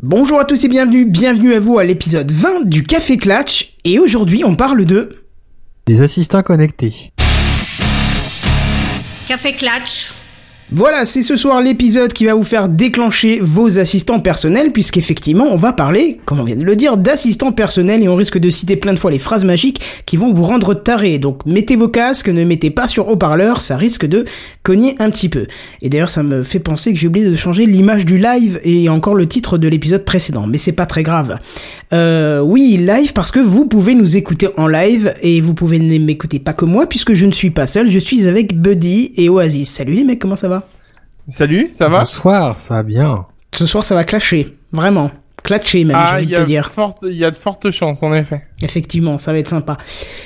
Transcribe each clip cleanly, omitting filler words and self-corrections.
Bonjour à tous et bienvenue à vous à l'épisode 20 du Café Klatch, et aujourd'hui on parle de... des assistants connectés. Café Klatch. Voilà, c'est ce soir l'épisode qui va vous faire déclencher vos assistants personnels, puisqu'effectivement on va parler, comme on vient de le dire, d'assistants personnels, et on risque de citer plein de fois les phrases magiques qui vont vous rendre tarés. Donc mettez vos casques, ne mettez pas sur haut-parleur, ça risque de cogner un petit peu. Et d'ailleurs ça me fait penser que j'ai oublié de changer l'image du live et encore le titre de l'épisode précédent, mais c'est pas très grave. Oui, live parce que vous pouvez nous écouter en live, et vous pouvez ne m'écouter pas que moi, puisque je ne suis pas seul, je suis avec Buddy et Oasis. Salut les mecs, comment ça va ? Salut, ça va ? Bonsoir, ça va bien. Ce soir, ça va clasher. Vraiment. Clatcher, même, j'ai envie de te dire. Il y a de fortes chances, en effet. Effectivement, ça va être sympa.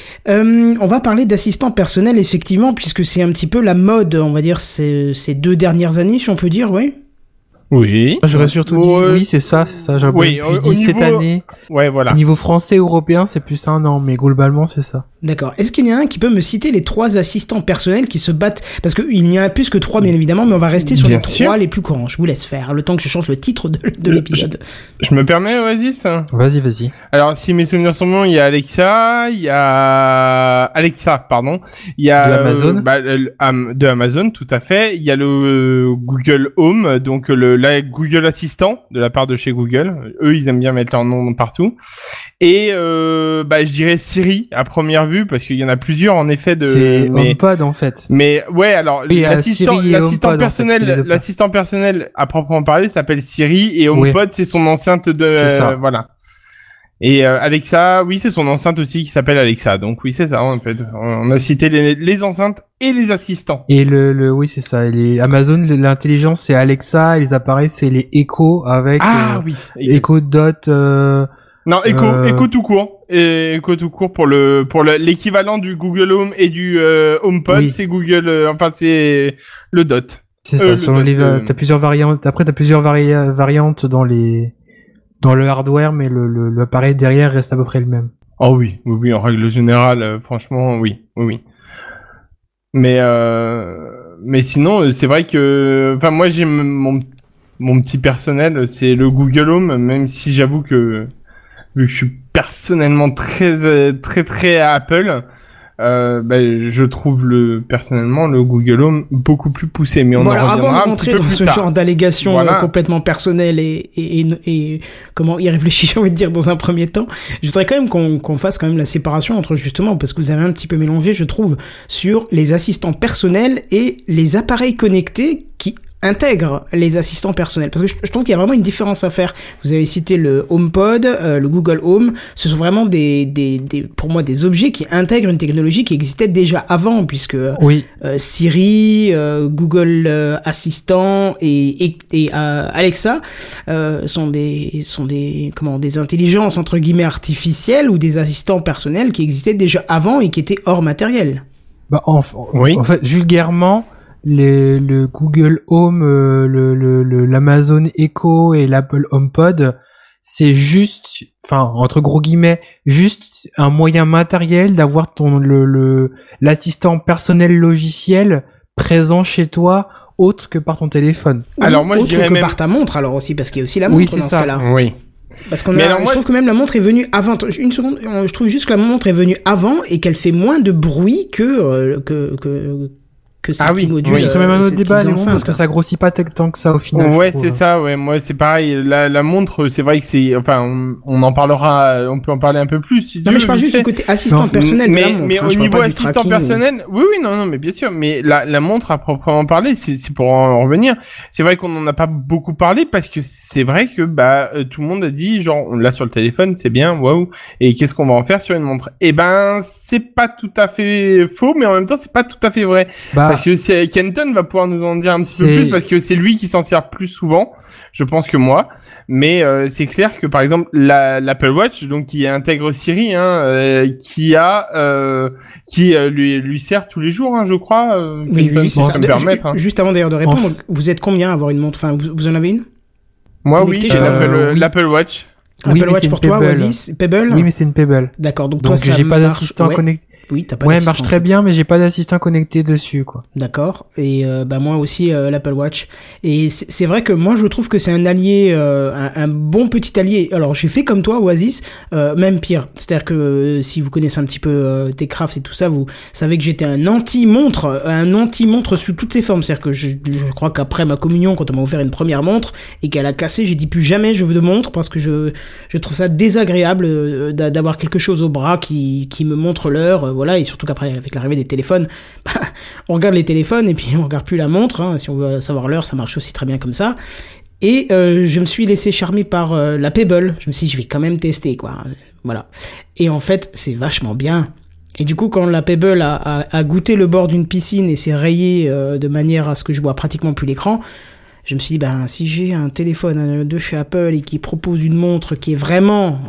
On va parler d'assistants personnels, effectivement, puisque c'est un petit peu la mode, on va dire, ces 2 dernières années, si on peut dire, oui. Oui. J'aurais surtout dit, oui, c'est ça. J'aurais oui, dit cette année. Ouais, voilà. Au niveau français, européen, c'est plus 1 an, mais globalement, c'est ça. D'accord. Est-ce qu'il y en a un qui peut me citer les 3 assistants personnels qui se battent? Parce qu'il n'y en a plus que 3, bien évidemment, mais on va rester sur les 3 les plus courants. Je vous laisse faire, le temps que je change le titre de l'épisode. Je me permets, Oasis ? Vas-y. Alors, si mes souvenirs sont bons, il y a Alexa, il y a de Amazon. De Amazon, tout à fait. Il y a le Google Home, donc la Google Assistant de la part de chez Google. Eux, ils aiment bien mettre leur nom partout. Et je dirais Siri à première vue, parce qu'il y en a plusieurs en effet c'est HomePod en fait. Mais ouais, alors l'assistant personnel, en fait, l'assistant personnel à proprement parler s'appelle Siri, et HomePod c'est son enceinte de voilà. Et Alexa, oui, c'est son enceinte aussi qui s'appelle Alexa. Donc oui, c'est ça en fait. On a cité les enceintes et les assistants. Et oui, c'est ça. Les Amazon, l'intelligence c'est Alexa, et les appareils c'est les Echo avec Echo Dot. Non, Echo tout court. Et Echo tout court pour l'équivalent du Google Home et du HomePod, oui. C'est Google, c'est le Dot. C'est ça. Selon t'as plusieurs variantes. Après, t'as plusieurs variantes dans le hardware, mais l'appareil derrière reste à peu près le même. Oh oui, en règle générale, franchement, oui. Mais sinon, c'est vrai que, moi j'ai mon petit personnel, c'est le Google Home, même si j'avoue que vu que je suis personnellement très à Apple, je trouve personnellement le Google Home beaucoup plus poussé, mais on en reviendra avant de un petit rentrer peu dans plus ce tard. genre d'allégations complètement personnelles et comment y réfléchir, j'ai envie de dire, dans un premier temps, je voudrais quand même qu'on fasse quand même la séparation entre, justement, parce que vous avez un petit peu mélangé, je trouve, sur les assistants personnels et les appareils connectés qui intègre les assistants personnels, parce que je trouve qu'il y a vraiment une différence à faire. Vous avez cité le HomePod, le Google Home, ce sont vraiment pour moi des objets qui intègrent une technologie qui existait déjà avant, puisque oui. Siri, Google Assistant et Alexa sont des intelligences entre guillemets artificielles, ou des assistants personnels qui existaient déjà avant et qui étaient hors matériel. En fait, vulgairement, le Google Home, l'Amazon Echo et l'Apple HomePod, c'est juste, entre gros guillemets, juste un moyen matériel d'avoir l'assistant personnel logiciel présent chez toi, autre que par ton téléphone. Alors moi, je dirais par ta montre, alors aussi, parce qu'il y a aussi la montre dans ce cas-là. Oui. Parce je trouve que même la montre est venue avant. Une seconde, je trouve juste que la montre est venue avant et qu'elle fait moins de bruit que ces petits modules. Oui, c'est même un autre débat, les montres, parce que ça grossit pas tant que ça au final. Ouais, c'est ça, ouais. Moi, c'est pareil. La montre, c'est vrai que c'est, on en parlera, on peut en parler un peu plus. Si mais je parle juste du côté assistant personnel. Mais au niveau assistant personnel, oui, non, mais bien sûr. Mais la montre, à proprement parler, c'est pour en revenir. C'est vrai qu'on en a pas beaucoup parlé, parce que c'est vrai que, tout le monde a dit, genre, on l'a sur le téléphone, c'est bien, waouh. Et qu'est-ce qu'on va en faire sur une montre? C'est pas tout à fait faux, mais en même temps, c'est pas tout à fait vrai. Parce que Kenton va pouvoir nous en dire un petit peu plus, parce que c'est lui qui s'en sert plus souvent, je pense, que moi. Mais c'est clair que, par exemple, l'Apple Watch, donc qui intègre Siri, qui lui sert tous les jours, je crois. Oui, c'est ça. Me permettre. Juste avant d'ailleurs de répondre, vous êtes combien à avoir une montre? Vous en avez une? Moi, oui, j'ai l'Apple Watch. Apple Watch pour toi, Oasis, Pebble? Oui, mais c'est une Pebble. D'accord, donc toi, j'ai pas d'assistant connecté. Oui, t'as pas Ouais, d'assistant, marche très bien, mais j'ai pas d'assistant connecté dessus, quoi. D'accord. Et moi aussi l'Apple Watch. Et c'est vrai que moi je trouve que c'est un allié, un bon petit allié. Alors j'ai fait comme toi, Oasis, même pire. C'est-à-dire que si vous connaissez un petit peu Techcraft et tout ça, vous savez que j'étais un anti-montre sous toutes ses formes. C'est-à-dire que je crois qu'après ma communion, quand on m'a offert une première montre et qu'elle a cassé, j'ai dit plus jamais je veux de montre parce que je trouve ça désagréable d'avoir quelque chose au bras qui me montre l'heure. Voilà, et surtout qu'après, avec l'arrivée des téléphones, on regarde les téléphones et puis on regarde plus la montre, hein. Si on veut savoir l'heure, ça marche aussi très bien comme ça. Et je me suis laissé charmer par la Pebble. Je me suis dit, je vais quand même tester, quoi. Voilà. Et en fait, c'est vachement bien. Et du coup, quand la Pebble a goûté le bord d'une piscine et s'est rayée de manière à ce que je vois pratiquement plus l'écran, je me suis dit, si j'ai un téléphone de chez Apple et qui propose une montre qui est vraiment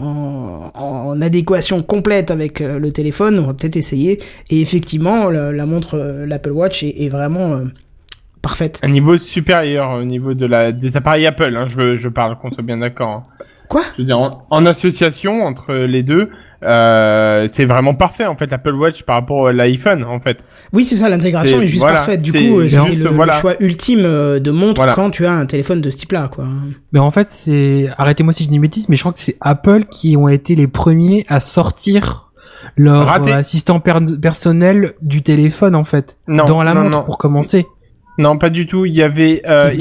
en adéquation complète avec le téléphone, on va peut-être essayer. Et effectivement, la montre, l'Apple Watch est vraiment parfaite. Un niveau supérieur au niveau des appareils Apple, hein, je parle, qu'on soit bien d'accord. Hein. Quoi ? Je veux dire, en association entre les deux, c'est vraiment parfait en fait l'Apple Watch par rapport à l'iPhone en fait. Oui, c'est ça, l'intégration est juste parfaite. Du coup, c'était le choix ultime de montre quand tu as un téléphone de ce type-là, quoi. Mais en fait, arrêtez-moi si je dis une bêtise, mais je crois que c'est Apple qui ont été les premiers à sortir leur assistant personnel du téléphone en fait, dans la montre pour commencer. Non, pas du tout. Il y avait, il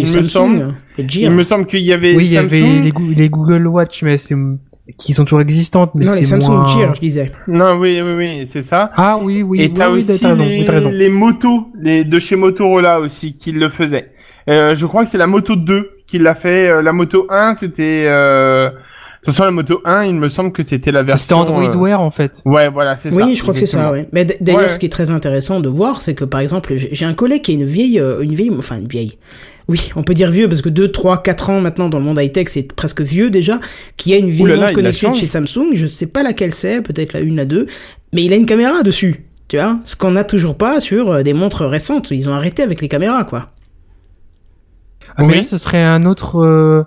me semble qu'il y avait. Oui, il y avait les Google Watch, mais qui sont toujours existantes, mais non, c'est les Samsung moins... Gear, je disais. Non, oui, c'est ça. Ah oui. Et t'as aussi t'as raison. Les motos, de chez Motorola aussi, qui le faisaient. Je crois que c'est la Moto 2 qui l'a fait. La Moto 1, c'était, ce soit la Moto 1, il me semble que c'était la version... C'était Android Wear, en fait. Ouais, voilà, c'est ça. Oui, je crois que c'est ça, ouais. Mais d'ailleurs, ce qui est très intéressant de voir, c'est que, par exemple, j'ai un collègue qui a une vieille, oui, on peut dire vieux, parce que 2, 3, 4 ans maintenant dans le monde high-tech, c'est presque vieux déjà, qui a une vieille montre connectée de chez Samsung, je sais pas laquelle c'est, peut-être la 1, la 2, mais il a une caméra dessus, tu vois, ce qu'on n'a toujours pas sur des montres récentes, ils ont arrêté avec les caméras, quoi. Ah, mais là, ce serait un autre...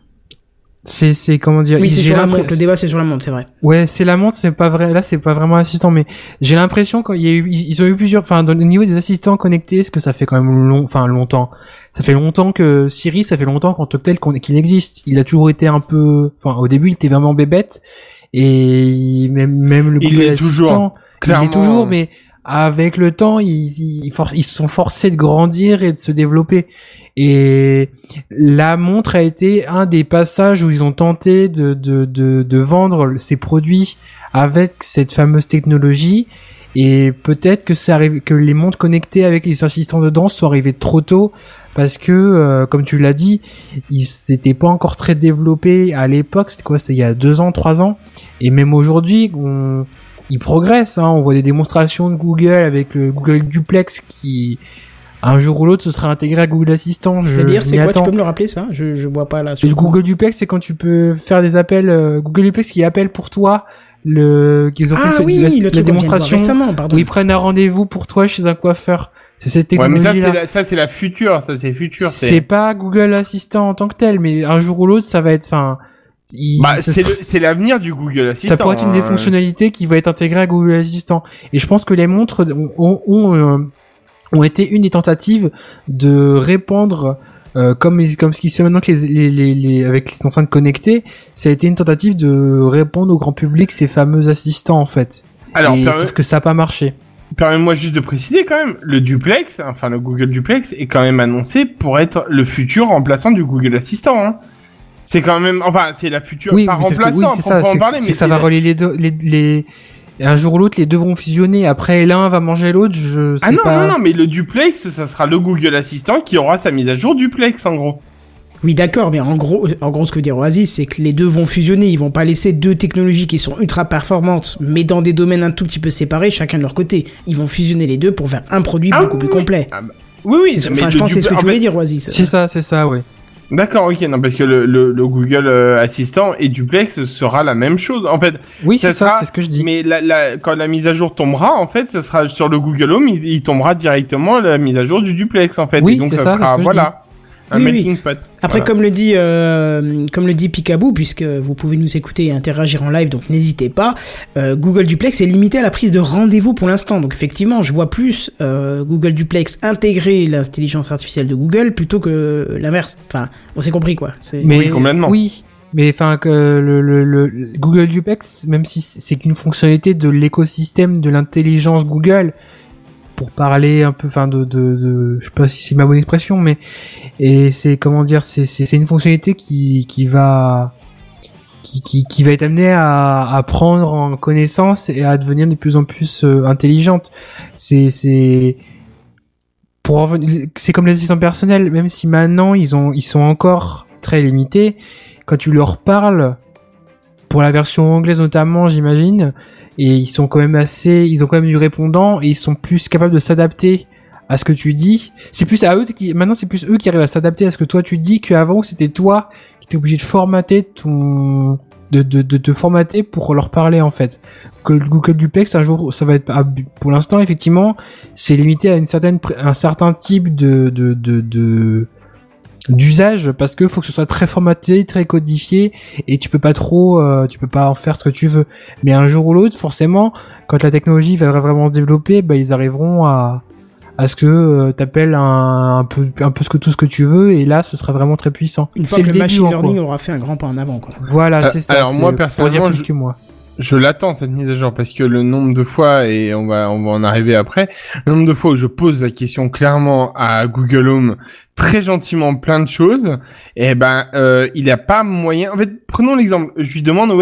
C'est comment dire. Oui, c'est sur la montre. Le débat, c'est sur la montre, c'est vrai. Ouais, c'est la montre, c'est pas vrai. Là, c'est pas vraiment assistant, mais j'ai l'impression ils ont eu plusieurs, enfin, au niveau des assistants connectés, ce que ça fait quand même longtemps. Ça fait longtemps que Siri, ça fait longtemps qu'en tant que tel qu'il existe. Il a toujours été un peu, enfin, au début, il était vraiment bébête. Et même le Google Assistant, il est toujours, mais avec le temps, ils se sont forcés de grandir et de se développer. Et la montre a été un des passages où ils ont tenté de vendre ces produits avec cette fameuse technologie. Et peut-être que ça arrive, que les montres connectées avec les assistants dedans sont arrivées trop tôt parce que, comme tu l'as dit, ils s'étaient pas encore très développés à l'époque. C'était quoi? C'était il y a 2 ans, 3 ans. Et même aujourd'hui, ils progressent, hein. On voit des démonstrations de Google avec le Google Duplex qui, un jour ou l'autre, ce sera intégré à Google Assistant. C'est-à-dire, c'est quoi? Tu peux me le rappeler, ça? Je vois pas là. Le Google Duplex, c'est quand tu peux faire des appels, Google Duplex qui appelle pour toi qu'ils ont fait la démonstration récemment, où ils prennent un rendez-vous pour toi chez un coiffeur. C'est cette technologie. Ouais, mais ça c'est la future, C'est pas Google Assistant en tant que tel, mais un jour ou l'autre, ça va être, c'est l'avenir du Google Assistant. Ça pourrait être une des fonctionnalités qui va être intégrée à Google Assistant. Et je pense que les montres ont été une des tentatives de répandre, comme ce qui se fait maintenant avec avec les enceintes connectées, ça a été une tentative de répondre au grand public ces fameux assistants, en fait. Alors, sauf que ça n'a pas marché. Permets-moi juste de préciser quand même, le Duplex, enfin le Google Duplex est quand même annoncé pour être le futur remplaçant du Google Assistant, hein. C'est quand même, enfin, c'est la future, oui, pas remplaçant, c'est ça, c'est que ça va relier les deux, et un jour ou l'autre, les deux vont fusionner. Après, l'un va manger l'autre, je sais pas. Non, mais le Duplex, ça sera le Google Assistant qui aura sa mise à jour Duplex, en gros. Oui, d'accord, mais en gros, ce que veut dire Oasis, c'est que les deux vont fusionner. Ils vont pas laisser deux technologies qui sont ultra performantes, mais dans des domaines un tout petit peu séparés, chacun de leur côté. Ils vont fusionner les deux pour faire un produit beaucoup plus complet. Oui. Enfin, je pense que c'est ce que tu voulais dire, Oasis. C'est ça, oui. D'accord, ok, non, parce que le Google Assistant et Duplex sera la même chose. En fait, oui, c'est ça, c'est ce que je dis. Mais quand la mise à jour tombera, en fait, ça sera sur le Google Home, il tombera directement la mise à jour du Duplex, en fait. Oui, et donc c'est ça sera, voilà. Un melting pot. Après, comme le dit Picaboo, puisque vous pouvez nous écouter et interagir en live, donc n'hésitez pas. Google Duplex est limité à la prise de rendez-vous pour l'instant. Donc effectivement, je vois plus Google Duplex intégrer l'intelligence artificielle de Google plutôt que l'inverse. Enfin, on s'est compris quoi. Oui, complètement. Oui. Mais enfin que le Google Duplex, même si c'est qu'une fonctionnalité de l'écosystème de l'intelligence Google, pour parler un peu, enfin de je sais pas si c'est ma bonne expression, mais et c'est comment dire, c'est une fonctionnalité qui va être amenée à prendre en connaissance et à devenir de plus en plus intelligente. C'est comme les assistants personnels, même si maintenant ils sont encore très limités. Quand tu leur parles, pour la version anglaise notamment, j'imagine, et ils ont quand même du répondant et ils sont plus capables de s'adapter à ce que tu dis. Maintenant c'est plus eux qui arrivent à s'adapter à ce que toi tu dis qu'avant c'était toi qui étais obligé de formater de te formater pour leur parler en fait. Que le Google Duplex un jour ça va être, pour l'instant effectivement c'est limité à un certain type d'usage parce que faut que ce soit très formaté, très codifié et tu peux pas en faire ce que tu veux. Mais un jour ou l'autre, forcément, quand la technologie va vraiment se développer, ils arriveront à ce que t'appelles un peu tout ce que tu veux et là ce sera vraiment très puissant. Une fois que le machine learning aura fait un grand pas en avant quoi. Voilà, c'est ça. Alors moi personnellement, je l'attends cette mise à jour parce que le nombre de fois, et on va en arriver après, le nombre de fois où je pose la question clairement à Google Home très gentiment plein de choses, et il n'y a pas moyen. En fait, prenons l'exemple. Je lui demande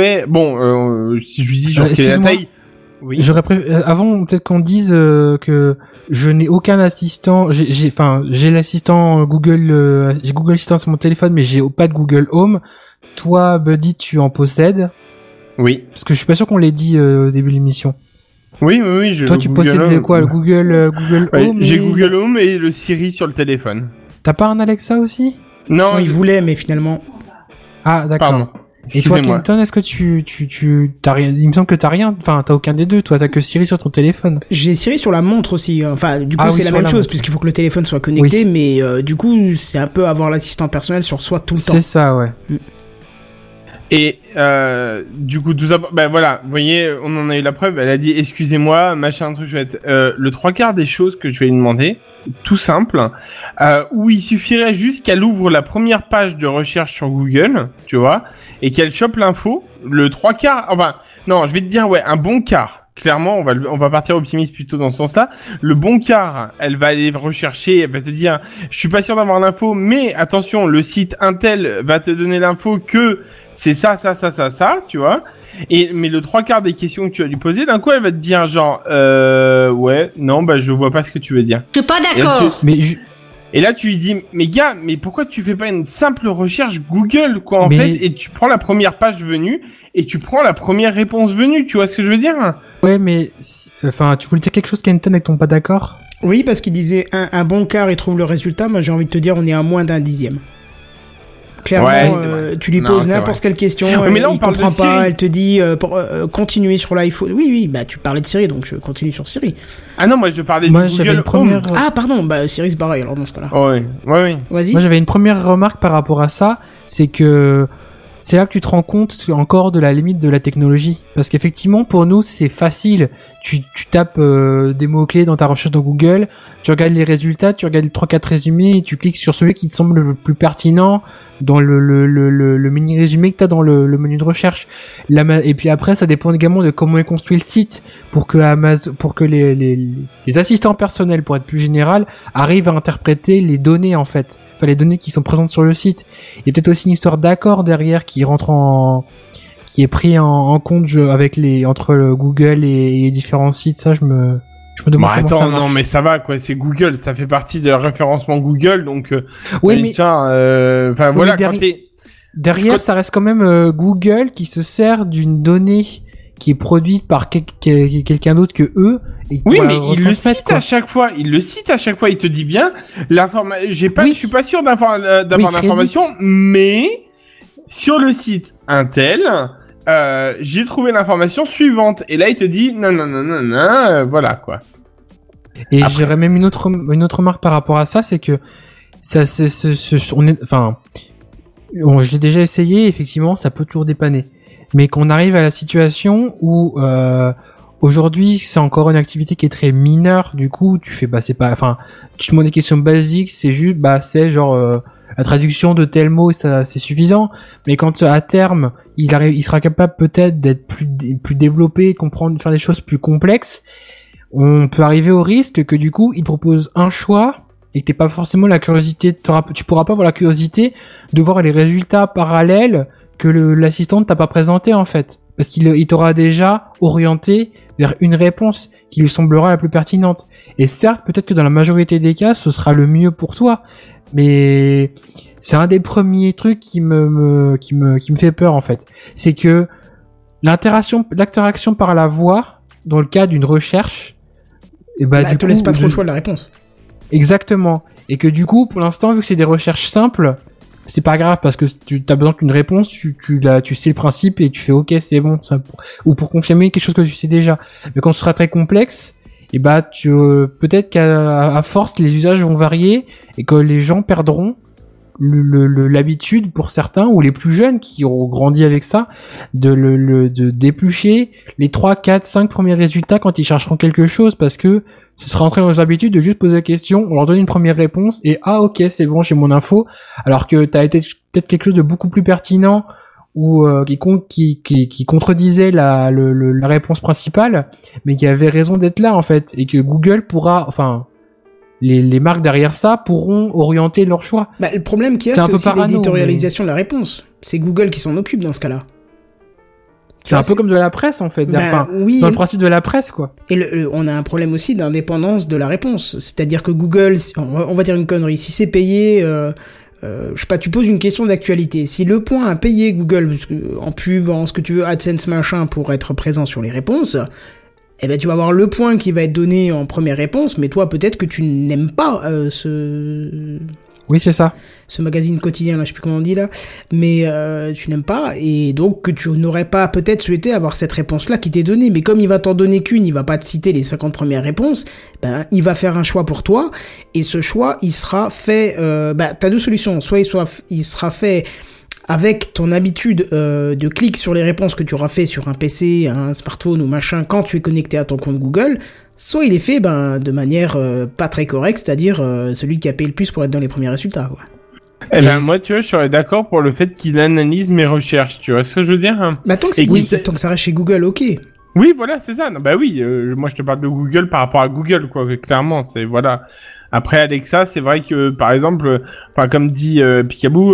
si je lui dis genre quelle est la taille. Oui. Avant peut-être qu'on dise que je n'ai aucun assistant. J'ai l'assistant Google, j'ai Google Assistant sur mon téléphone, mais j'ai pas de Google Home. Toi, Buddy, tu en possèdes. Oui. Parce que je suis pas sûr qu'on l'ait dit au début de l'émission. Oui. Toi, tu possèdes quoi, le Google Home? J'ai Google Home et le Siri sur le téléphone. T'as pas un Alexa aussi? Non, il voulait, mais finalement. Ah, d'accord. Pardon. Et toi, Kenton, est-ce que tu t'as rien? Il me semble que t'as rien. Enfin, t'as aucun des deux. Toi, t'as que Siri sur ton téléphone. J'ai Siri sur la montre aussi. Enfin, du coup, c'est la même chose puisqu'il faut que le téléphone soit connecté, mais du coup, c'est un peu avoir l'assistant personnel sur soi tout le temps. C'est ça, ouais. Et du coup, tout ça, voilà, vous voyez, on en a eu la preuve. Elle a dit excusez-moi, machin, truc chouette. Le 3/4 des choses que je vais lui demander, tout simple, où il suffirait juste qu'elle ouvre la première page de recherche sur Google, tu vois, et qu'elle chope l'info. Le 3/4, enfin, non, je vais te dire un bon quart. Clairement, on va partir optimiste plutôt dans ce sens-là. Le bon quart, elle va aller rechercher, elle va te dire, je suis pas sûr d'avoir l'info, mais attention, le site Intel va te donner l'info que c'est ça, tu vois. Mais le 3/4 des questions que tu vas lui poser, d'un coup, elle va te dire genre, je vois pas ce que tu veux dire. Je suis pas d'accord. Et là, tu lui dis, mais gars, mais pourquoi tu fais pas une simple recherche Google, quoi, en fait, et tu prends la première page venue, et tu prends la première réponse venue, tu vois ce que je veux dire? Ouais, mais, tu voulais dire quelque chose, Kenton, avec ton pas d'accord? Oui, parce qu'il disait un bon quart, il trouve le résultat. Moi, j'ai envie de te dire, on est à moins d'un dixième. Clairement, tu lui poses n'importe quelle question, mais là, il comprend pas, elle te dit continuer sur l'iPhone. Oui, tu parlais de Siri, donc je continue sur Siri. Ah non, moi je parlais de Google Home. Ah pardon, Siri c'est pareil alors dans ce cas-là. Oui. Vas-y. Moi j'avais une première remarque par rapport à ça, c'est que c'est là que tu te rends compte encore de la limite de la technologie. Parce qu'effectivement, pour nous, c'est facile. Tu tapes des mots-clés dans ta recherche dans Google, tu regardes les résultats, tu regardes les 3-4 résumés et tu cliques sur celui qui te semble le plus pertinent dans le mini-résumé que tu as dans le menu de recherche. Et puis après, ça dépend également de comment est construit le site pour que les assistants personnels, pour être plus général, arrivent à interpréter les données en fait. Enfin, les données qui sont présentes sur le site. Il y a peut-être aussi une histoire d'accord derrière qui est pris en compte entre le Google et les différents sites. Ça, je me demande comment ça marche. Non, mais ça va, quoi. C'est Google. Ça fait partie de référencement Google, donc, derrière, ça reste quand même Google qui se sert d'une donnée qui est produite par quelqu'un d'autre que eux. Oui, mais il le cite à chaque fois. Il te dit bien, je suis pas sûr d'avoir l'information, mais sur le site Intel, j'ai trouvé l'information suivante. Et là, il te dit, non, voilà, quoi. Et j'aurais même une autre remarque par rapport à ça, c'est que ça, je l'ai déjà essayé, effectivement, ça peut toujours dépanner. Mais qu'on arrive à la situation où, aujourd'hui, c'est encore une activité qui est très mineure, du coup, tu te demandes des questions basiques, c'est juste, c'est genre, la traduction de tel mot, ça, c'est suffisant. Mais quand, à terme, il sera capable peut-être d'être plus développé, comprendre, faire des choses plus complexes, on peut arriver au risque que, du coup, il propose un choix, et que t'es pas forcément la curiosité, tu pourras pas avoir la curiosité de voir les résultats parallèles que l'assistant ne t'a pas présenté, en fait. Parce qu'il t'aura déjà orienté vers une réponse qui lui semblera la plus pertinente. Et certes, peut-être que dans la majorité des cas, ce sera le mieux pour toi. Mais c'est un des premiers trucs qui me fait peur, en fait. C'est que l'interaction par la voix, dans le cas d'une recherche, elle te laisse pas trop le choix de la réponse. Exactement. Et que du coup, pour l'instant, vu que c'est des recherches simples, c'est pas grave parce que tu as besoin qu'une réponse, tu sais le principe et tu fais OK, c'est bon, ça, ou pour confirmer quelque chose que tu sais déjà. Mais quand ce sera très complexe, peut-être qu'à force les usages vont varier et que les gens perdront l'habitude pour certains ou les plus jeunes qui auront grandi avec ça de d'éplucher les 3, 4, 5 premiers résultats quand ils chercheront quelque chose parce que ce sera entré dans les habitudes de juste poser la question, on leur donne une première réponse et OK, c'est bon, j'ai mon info, alors que t'as été peut-être quelque chose de beaucoup plus pertinent ou qui contredisait la réponse principale, mais qui avait raison d'être là en fait et que Google pourra, les marques derrière ça pourront orienter leur choix. Le problème qu'il y a, c'est aussi l'éditorialisation de la réponse. C'est Google qui s'en occupe dans ce cas-là. C'est un peu comme de la presse, en fait. Oui, dans le principe de la presse, quoi. Et on a un problème aussi d'indépendance de la réponse. C'est-à-dire que Google, on va dire une connerie, si c'est payé, je sais pas, tu poses une question d'actualité. Si Le Point a payé Google, en pub, en ce que tu veux, AdSense, machin, pour être présent sur les réponses, tu vas avoir Le Point qui va être donné en première réponse, mais toi, peut-être que tu n'aimes pas Oui, c'est ça. Ce magazine quotidien, là, je sais plus comment on dit, là. Mais tu n'aimes pas, et donc que tu n'aurais pas peut-être souhaité avoir cette réponse-là qui t'est donnée. Mais comme il va t'en donner qu'une, il va pas te citer les 50 premières réponses, il va faire un choix pour toi, et ce choix, il sera fait... t'as deux solutions. Soit il sera fait avec ton habitude de clic sur les réponses que tu auras fait sur un PC, un smartphone ou machin, quand tu es connecté à ton compte Google... Soit il est fait de manière pas très correcte, c'est-à-dire celui qui a payé le plus pour être dans les premiers résultats, quoi. Moi, tu vois, je serais d'accord pour le fait qu'il analyse mes recherches, tu vois ce que je veux dire? Tant que ça reste chez Google, ok. Oui, voilà, c'est ça. Non, moi je te parle de Google par rapport à Google, quoi, clairement, c'est, voilà. Après Alexa, c'est vrai que, par exemple, comme dit Picaboo,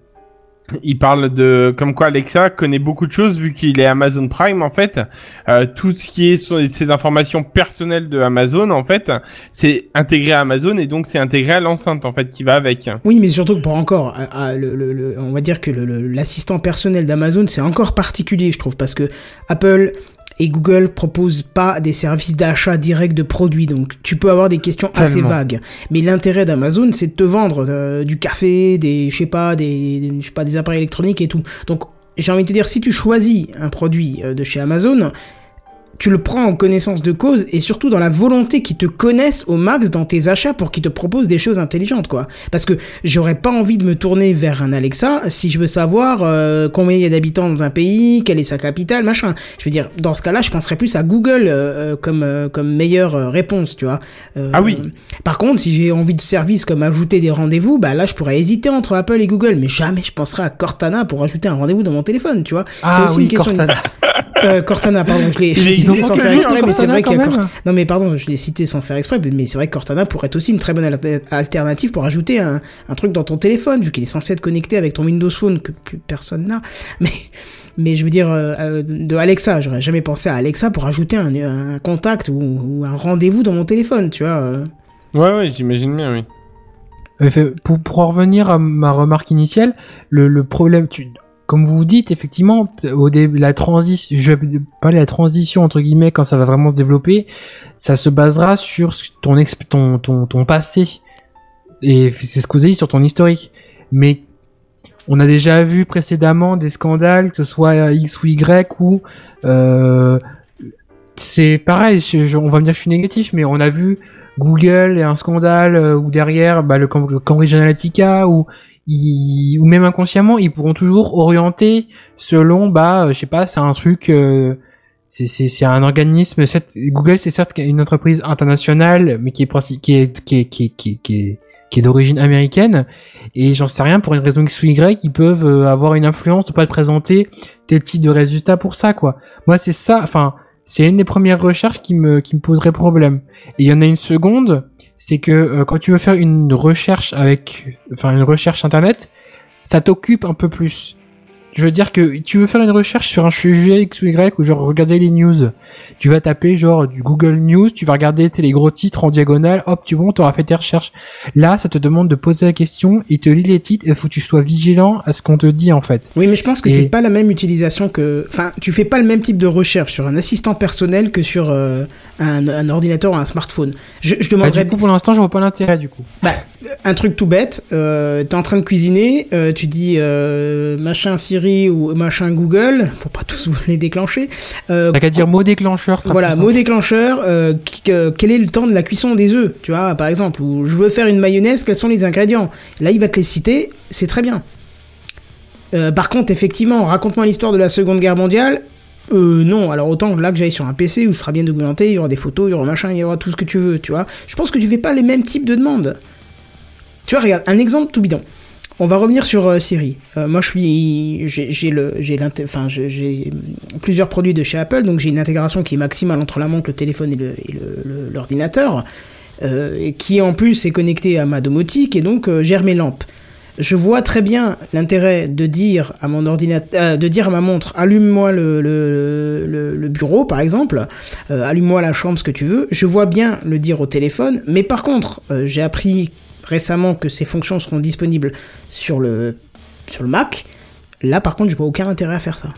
il parle de comme quoi Alexa connaît beaucoup de choses vu qu'il est Amazon Prime en fait. Tout ce qui est sur ces informations personnelles de Amazon en fait, c'est intégré à Amazon et donc c'est intégré à l'enceinte en fait qui va avec. Oui, mais surtout que pour encore, on va dire que l'assistant personnel d'Amazon c'est encore particulier je trouve parce que Apple et Google proposent pas des services d'achat direct de produits, donc tu peux avoir des questions assez vagues. Mais l'intérêt d'Amazon, c'est de te vendre du café, des appareils électroniques et tout. Donc, j'ai envie de te dire, si tu choisis un produit de chez Amazon, tu le prends en connaissance de cause et surtout dans la volonté qu'ils te connaissent au max dans tes achats pour qu'ils te proposent des choses intelligentes, quoi. Parce que j'aurais pas envie de me tourner vers un Alexa si je veux savoir combien il y a d'habitants dans un pays, quelle est sa capitale, machin. Je veux dire, dans ce cas-là, je penserais plus à Google comme meilleure réponse, tu vois. Ah oui. Par contre, si j'ai envie de services comme ajouter des rendez-vous, là, je pourrais hésiter entre Apple et Google, mais jamais je penserais à Cortana pour ajouter un rendez-vous dans mon téléphone, tu vois. C'est aussi une question Cortana, pardon, je l'ai cité sans faire exprès, mais c'est vrai qu'il y a non mais pardon, je l'ai cité sans faire exprès, mais c'est vrai que Cortana pourrait être aussi une très bonne alternative pour ajouter un truc dans ton téléphone, vu qu'il est censé être connecté avec ton Windows Phone que plus personne n'a. Mais je veux dire, de Alexa, j'aurais jamais pensé à Alexa pour ajouter un contact ou un rendez-vous dans mon téléphone, tu vois. Ouais, j'imagine bien, oui. Pour en revenir à ma remarque initiale, le problème, comme vous dites, effectivement, la transition entre guillemets quand ça va vraiment se développer, ça se basera sur ton passé et c'est ce que vous avez dit sur ton historique. Mais on a déjà vu précédemment des scandales, que ce soit X ou Y, où c'est pareil. On va me dire que je suis négatif, mais on a vu Google et un scandale ou derrière le Cambridge Analytica ou même inconsciemment ils pourront toujours orienter selon je sais pas, c'est un truc c'est un organisme. Google c'est certes une entreprise internationale mais qui est d'origine américaine, et j'en sais rien, pour une raison X ou Y, ils peuvent avoir une influence de pas te présenter tel type de résultats pour ça, quoi. Moi, c'est ça, c'est une des premières recherches qui me poserait problème. Et il y en a une seconde, c'est que quand tu veux faire une recherche une recherche internet, ça t'occupe un peu plus. Je veux dire que tu veux faire une recherche sur un sujet X ou Y ou genre regarder les news. Tu vas taper genre du Google News, tu vas regarder les gros titres en diagonale, hop, t'auras fait tes recherches. Là, ça te demande de poser la question, il te lit les titres et faut que tu sois vigilant à ce qu'on te dit en fait. Oui, mais je pense que c'est pas la même utilisation tu fais pas le même type de recherche sur un assistant personnel que sur un ordinateur ou un smartphone. Je demanderais... Du coup, pour l'instant, je vois pas l'intérêt du coup. Un truc tout bête, t'es en train de cuisiner, tu dis machin Siri ou machin Google, pour pas tous vous les déclencher. T'as qu'à dire mot déclencheur, ça. Voilà, mot déclencheur, quel est le temps de la cuisson des œufs, tu vois, par exemple, ou je veux faire une mayonnaise, quels sont les ingrédients? Là, il va te les citer, c'est très bien. Par contre, effectivement, raconte-moi l'histoire de la Seconde Guerre mondiale. Non, alors autant là que j'aille sur un PC où ce sera bien documenté, il y aura des photos, il y aura machin, il y aura tout ce que tu veux, tu vois. Je pense que tu fais pas les mêmes types de demandes. Tu vois, regarde, un exemple tout bidon. On va revenir sur Siri. Moi, j'ai plusieurs produits de chez Apple, donc j'ai une intégration qui est maximale entre la montre, le téléphone et l'ordinateur, qui en plus est connecté à ma domotique et donc gère mes lampes. Je vois très bien l'intérêt de dire à mon ordinateur, de dire à ma montre, allume-moi le bureau, par exemple, allume-moi la chambre, ce que tu veux. Je vois bien le dire au téléphone, mais par contre, j'ai appris récemment que ces fonctions seront disponibles sur le Mac. Là, par contre, je vois aucun intérêt à faire ça.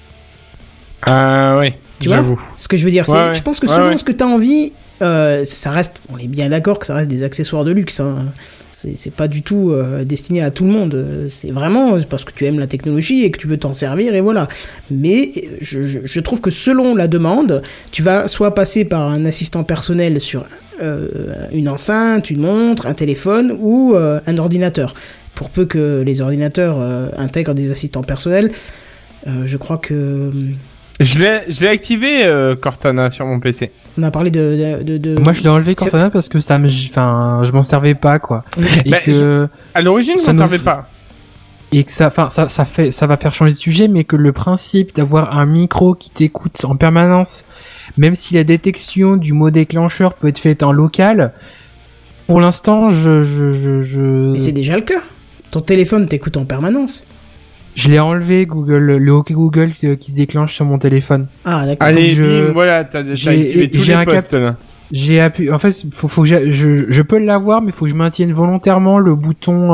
Oui. Tu vois ce que je veux dire, je pense que selon ce que t'as envie, ça reste, on est bien d'accord que ça reste des accessoires de luxe, hein. C'est pas du tout destiné à tout le monde. C'est vraiment parce que tu aimes la technologie et que tu veux t'en servir et voilà. Mais je trouve que selon la demande, tu vas soit passer par un assistant personnel sur une enceinte, une montre, un téléphone ou un ordinateur. Pour peu que les ordinateurs intègrent des assistants personnels, je crois que... Je l'ai activé Cortana sur mon PC. On a parlé de... Moi, je l'ai enlevé Cortana parce que je m'en servais pas, quoi. Et à l'origine, je m'en servais pas. Et que ça va faire changer de sujet, mais que le principe d'avoir un micro qui t'écoute en permanence, même si la détection du mot déclencheur peut être faite en local, pour l'instant, Mais c'est déjà le cas. Ton téléphone t'écoute en permanence. Je l'ai enlevé, le OK Google qui se déclenche sur mon téléphone. Ah, d'accord. Allez, voilà, t'as activé tous les postes, là. J'ai appuyé, en fait, faut que je peux l'avoir, mais faut que je maintienne volontairement le bouton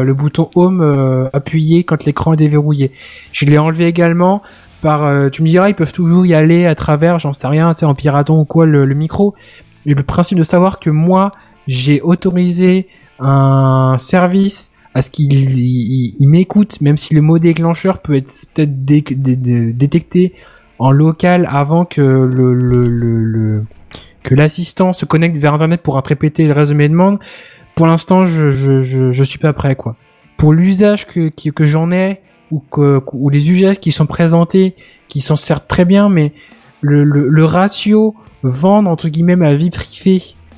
Home appuyé quand l'écran est déverrouillé. Je l'ai enlevé également tu me diras, ils peuvent toujours y aller à travers, j'en sais rien, tu sais, en piratant ou quoi, le micro. Mais le principe de savoir que moi, j'ai autorisé un service à ce qu'il m'écoute, même si le mot déclencheur peut être peut-être détecté en local avant que que l'assistant se connecte vers Internet pour répéter le reste de mes demandes. Pour l'instant, je suis pas prêt, quoi. Pour l'usage que j'en ai ou les usages qui sont présentés, qui sont certes très bien, mais le ratio vendre entre guillemets ma vie privée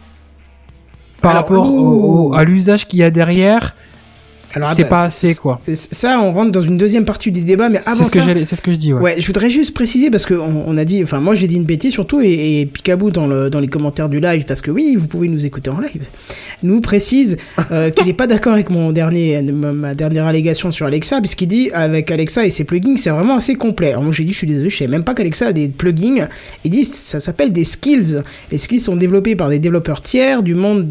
par rapport à l'usage qu'il y a derrière. Alors, c'est pas assez, quoi. Ça, on rentre dans une deuxième partie du débat, mais avant c'est ce que je dis, ouais. Ouais, je voudrais juste préciser, parce que on a dit, enfin, moi, j'ai dit une bêtise, surtout, et Picaboo dans les commentaires du live, parce que oui, vous pouvez nous écouter en live, nous précise, qu'il est pas d'accord avec ma dernière allégation sur Alexa, puisqu'il dit, avec Alexa et ses plugins, c'est vraiment assez complet. Alors, moi, j'ai dit, je suis désolé, je savais même pas qu'Alexa a des plugins. Il dit, ça s'appelle des skills. Les skills sont développés par des développeurs tiers du monde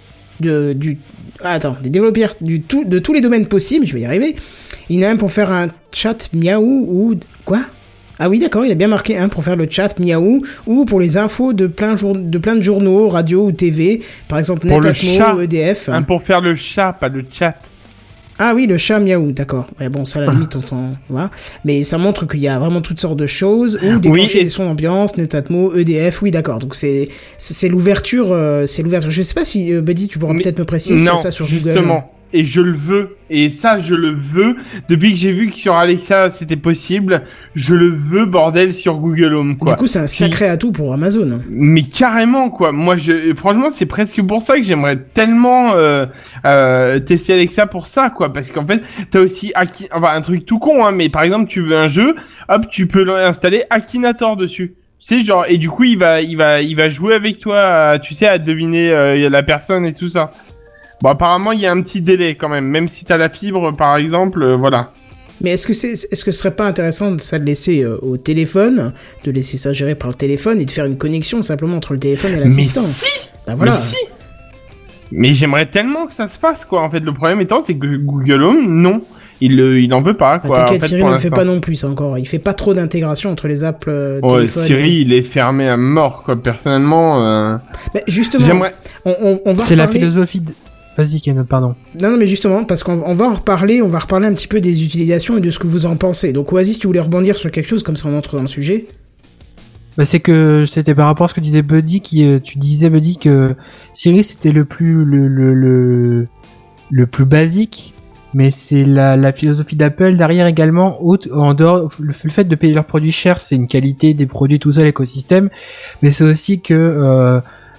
des développeurs de tous les domaines possibles, je vais y arriver. Il y en a un pour faire un chat miaou ou... Quoi ? Ah oui, d'accord, il a bien marqué un pour faire le chat miaou ou pour les infos de plein de journaux, radio ou TV, par exemple Netatmo, EDF. Un pour faire le chat, pas le chat. Ah oui, le chat miaou, d'accord. Ouais, bon, ça, à la limite, voilà. Mais ça montre qu'il y a vraiment toutes sortes de choses, ou déclencher des sons d'ambiance, Netatmo, EDF, oui, d'accord. Donc c'est l'ouverture, Je sais pas si, Buddy, tu pourras peut-être me préciser ça sur Google. Justement. Et je le veux. Et ça, je le veux. Depuis que j'ai vu que sur Alexa, c'était possible, je le veux, bordel, sur Google Home, quoi. Du coup, c'est un sacré atout pour Amazon. Mais carrément, quoi. Moi, franchement, c'est presque pour ça que j'aimerais tellement tester Alexa pour ça, quoi. Parce qu'en fait, t'as aussi un truc tout con, hein. Mais par exemple, tu veux un jeu, hop, tu peux installer Akinator dessus. Tu sais, genre, et du coup, il va jouer avec toi, tu sais, à deviner la personne et tout ça. Bon, apparemment, il y a un petit délai quand même si t'as la fibre, par exemple, voilà. Mais est-ce que ce serait pas intéressant de ça de laisser au téléphone, de laisser ça gérer par le téléphone et de faire une connexion simplement entre le téléphone et l'assistant? Mais si! Ben voilà. Mais si! Mais j'aimerais tellement que ça se fasse, quoi. En fait, le problème étant, c'est que Google Home, non. Il en veut pas, quoi. T'inquiète, en fait, Siri ne le fait pas non plus, ça encore. Il fait pas trop d'intégration entre les apps téléphone. Siri, il est fermé à mort, quoi. Personnellement, Mais justement, j'aimerais... on va C'est la philosophie Vas-y, Ken, pardon. Non, mais justement, parce qu'on va en reparler, on va reparler un petit peu des utilisations et de ce que vous en pensez. Donc, Oasis, si tu voulais rebondir sur quelque chose, comme ça on entre dans le sujet. Bah, c'est que c'était par rapport à ce que disait Buddy, tu disais, Buddy, que Siri, c'était le plus basique, mais c'est la philosophie d'Apple derrière également, en dehors, le fait de payer leurs produits chers, c'est une qualité des produits, tout ça, l'écosystème, mais c'est aussi que,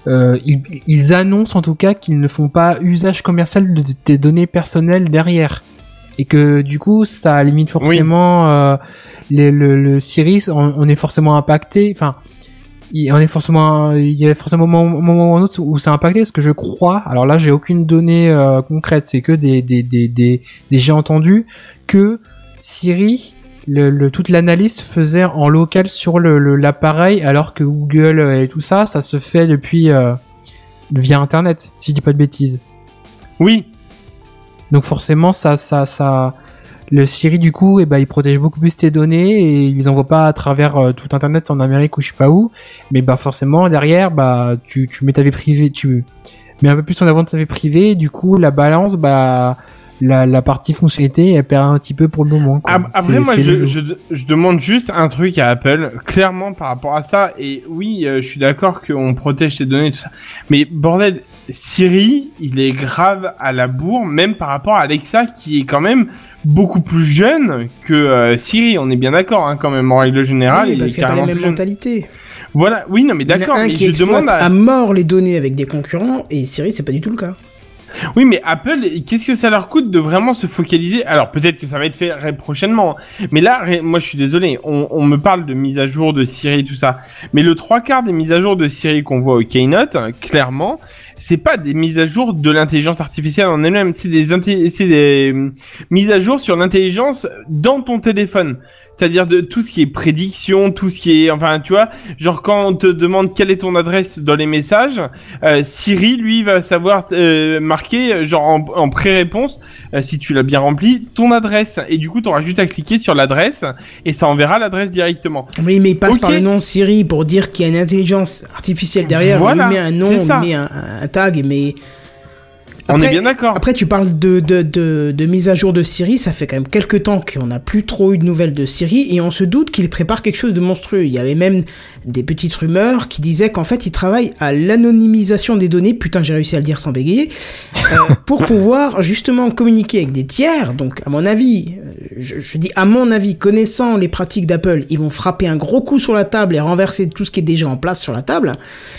ils annoncent en tout cas qu'ils ne font pas usage commercial de tes données personnelles derrière, et que du coup ça limite forcément le Siri, on est forcément impacté. Enfin, il y a forcément un moment ou un autre où c'est impacté, parce que je crois, alors là j'ai aucune donnée concrète, c'est que j'ai entendu que Siri, toute l'analyse se faisait en local sur l'appareil, alors que Google et tout ça se fait depuis via Internet, si je dis pas de bêtises. Oui. Donc forcément, le Siri du coup, il protège beaucoup plus tes données et ils envoient pas à travers tout Internet en Amérique ou je sais pas où. Mais forcément derrière, tu mets ta vie privée, tu mets un peu plus en avant de ta vie privée. Et du coup, la balance, la partie fonctionnalité, elle perd un petit peu pour le moment, quoi. Après, moi, je demande juste un truc à Apple, clairement par rapport à ça. Et oui, je suis d'accord qu'on protège tes données et tout ça. Mais bordel, Siri, il est grave à la bourre, même par rapport à Alexa, qui est quand même beaucoup plus jeune que Siri. On est bien d'accord, hein, quand même, en règle générale. Oui, parce qu'il n'y a pas les mêmes mentalités. Voilà, oui, non, mais d'accord. Il y en a un qui exploite à mort les données avec des concurrents, et Siri, c'est pas du tout le cas. Oui, mais Apple, qu'est-ce que ça leur coûte de vraiment se focaliser? Alors, peut-être que ça va être fait prochainement. Mais là, moi, je suis désolé. On me parle de mise à jour de Siri et tout ça. Mais le 3/4 des mises à jour de Siri qu'on voit au Keynote, clairement, c'est pas des mises à jour de l'intelligence artificielle en elle-même. C'est des mises à jour sur l'intelligence dans ton téléphone. C'est-à-dire de tout ce qui est prédiction, tout ce qui est, enfin, tu vois, genre quand on te demande quelle est ton adresse dans les messages, Siri, lui, va savoir marquer, genre en pré-réponse, si tu l'as bien rempli, ton adresse. Et du coup, tu auras juste à cliquer sur l'adresse et ça enverra l'adresse directement. Oui, mais il passe par le nom Siri pour dire qu'il y a une intelligence artificielle derrière. Voilà, on lui met un nom, on lui met un tag, mais... Après, on est bien d'accord. Après, tu parles de mise à jour de Siri, ça fait quand même quelques temps qu'on n'a plus trop eu de nouvelles de Siri, et on se doute qu'il prépare quelque chose de monstrueux. Il y avait même des petites rumeurs qui disaient qu'en fait, il travaille à l'anonymisation des données, putain, j'ai réussi à le dire sans bégayer, pour pouvoir justement communiquer avec des tiers. Donc, à mon avis, je dis à mon avis, connaissant les pratiques d'Apple, ils vont frapper un gros coup sur la table et renverser tout ce qui est déjà en place sur la table,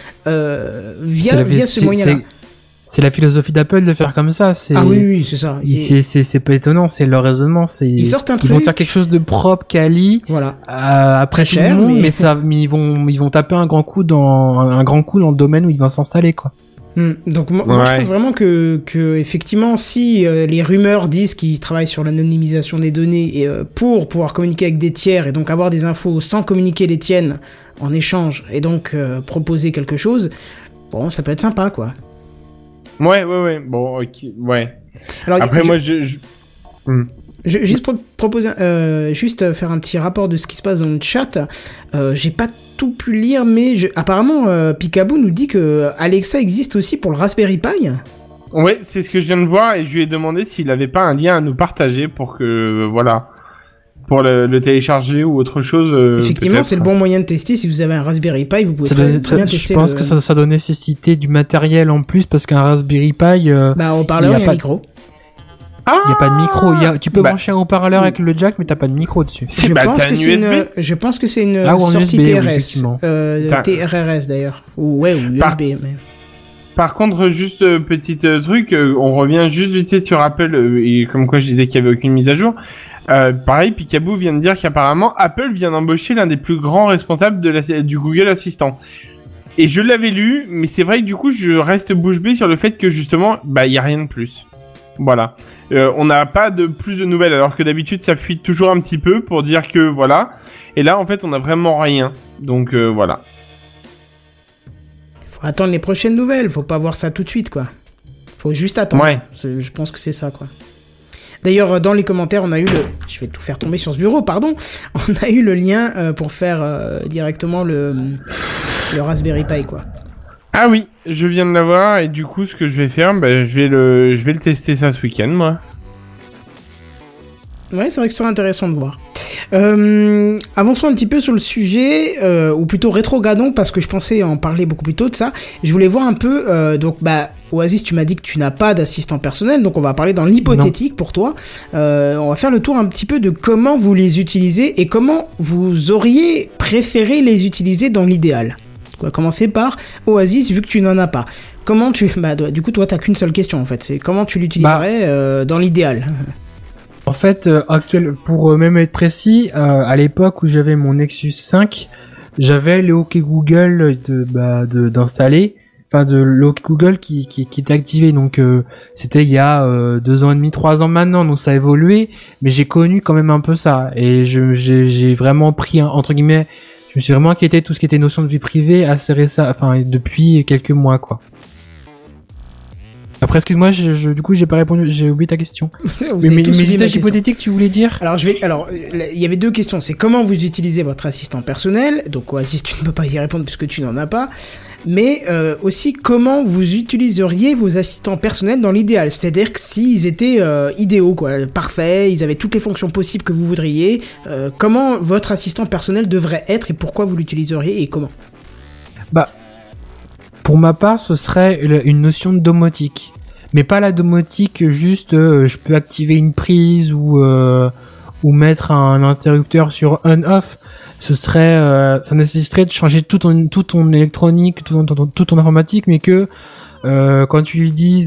via ce moyen-là. C'est la philosophie d'Apple de faire comme ça. Ah oui, c'est ça. C'est pas étonnant, c'est leur raisonnement. Ils sortent un truc. Ils vont faire quelque chose de propre, quali. Voilà. Après très cher, mais ils vont taper un grand coup dans le domaine où ils vont s'installer, quoi. Donc moi je pense vraiment que effectivement, si les rumeurs disent qu'ils travaillent sur l'anonymisation des données et pour pouvoir communiquer avec des tiers et donc avoir des infos sans communiquer les tiennes en échange et donc proposer quelque chose, bon, ça peut être sympa, quoi. Ouais. Bon, ok, ouais. Alors, après, moi, juste proposer, juste faire un petit rapport de ce qui se passe dans le chat. J'ai pas tout pu lire, mais apparemment, Picaboo nous dit que Alexa existe aussi pour le Raspberry Pi. Ouais, c'est ce que je viens de voir et je lui ai demandé s'il avait pas un lien à nous partager pour que, voilà, pour le télécharger ou autre chose. Effectivement, c'est le bon moyen de tester. Si vous avez un Raspberry Pi, vous pouvez très bien tester. Je pense que ça doit nécessiter du matériel en plus parce qu'un Raspberry Pi... haut-parleur et un micro. Il y a pas de micro. Tu peux brancher un haut-parleur avec le jack, mais t'as pas de micro dessus. Je pense que c'est une sortie USB, TRS. TRRS d'ailleurs. Ou USB. Mais... Par contre, juste petit truc, on revient juste vite fait, tu rappelles, et comme quoi je disais qu'il y avait aucune mise à jour. Pareil, Picaboo vient de dire qu'apparemment Apple vient d'embaucher l'un des plus grands responsables du Google Assistant. Et je l'avais lu, mais c'est vrai que du coup je reste bouche bée sur le fait que justement, il y a rien de plus. Voilà. On n'a pas de plus de nouvelles, alors que d'habitude ça fuite toujours un petit peu pour dire que voilà. Et là en fait on a vraiment rien. Donc voilà. Faut attendre les prochaines nouvelles, faut pas voir ça tout de suite quoi. Faut juste attendre. Ouais. Je pense que c'est ça quoi. D'ailleurs, dans les commentaires, on a eu je vais tout faire tomber sur ce bureau, pardon. On a eu le lien pour faire directement le Raspberry Pi, quoi. Ah oui, je viens de l'avoir et du coup, ce que je vais faire, je vais le tester ça ce week-end, moi. Ouais, c'est vrai que c'est intéressant de voir. Avançons un petit peu sur le sujet, ou plutôt rétrogradons parce que je pensais en parler beaucoup plus tôt de ça. Je voulais voir un peu, Oasis, tu m'as dit que tu n'as pas d'assistant personnel, donc on va parler dans l'hypothétique pour toi. On va faire le tour un petit peu de comment vous les utilisez et comment vous auriez préféré les utiliser dans l'idéal. On va commencer par Oasis, vu que tu n'en as pas. Comment tu... du coup, toi, t'as qu'une seule question, en fait. C'est comment tu l'utiliserais dans l'idéal. En fait, pour même être précis, à l'époque où j'avais mon Nexus 5, j'avais le OK Google d'installer, enfin de le OK Google qui était activé. Donc c'était il y a 2 ans et demi, 3 ans maintenant, donc ça a évolué, mais j'ai connu quand même un peu ça et j'ai vraiment pris entre guillemets, je me suis vraiment inquiété de tout ce qui était notion de vie privée assez récemment, enfin depuis quelques mois quoi. Après, excuse-moi, du coup, j'ai pas répondu, j'ai oublié ta question. mais l'usage hypothétique, tu voulais dire? Alors, il y avait 2 questions. C'est comment vous utilisez votre assistant personnel. Donc, Oasis, tu ne peux pas y répondre puisque tu n'en as pas. Mais, aussi, comment vous utiliseriez vos assistants personnels dans l'idéal. C'est-à-dire que s'ils étaient, idéaux, quoi, parfaits, ils avaient toutes les fonctions possibles que vous voudriez, comment votre assistant personnel devrait être et pourquoi vous l'utiliseriez et comment? Pour ma part, ce serait une notion de domotique. Mais pas la domotique juste je peux activer une prise ou mettre un interrupteur sur on-off. Ce serait ça nécessiterait de changer tout ton électronique, tout ton informatique, mais que quand tu lui dises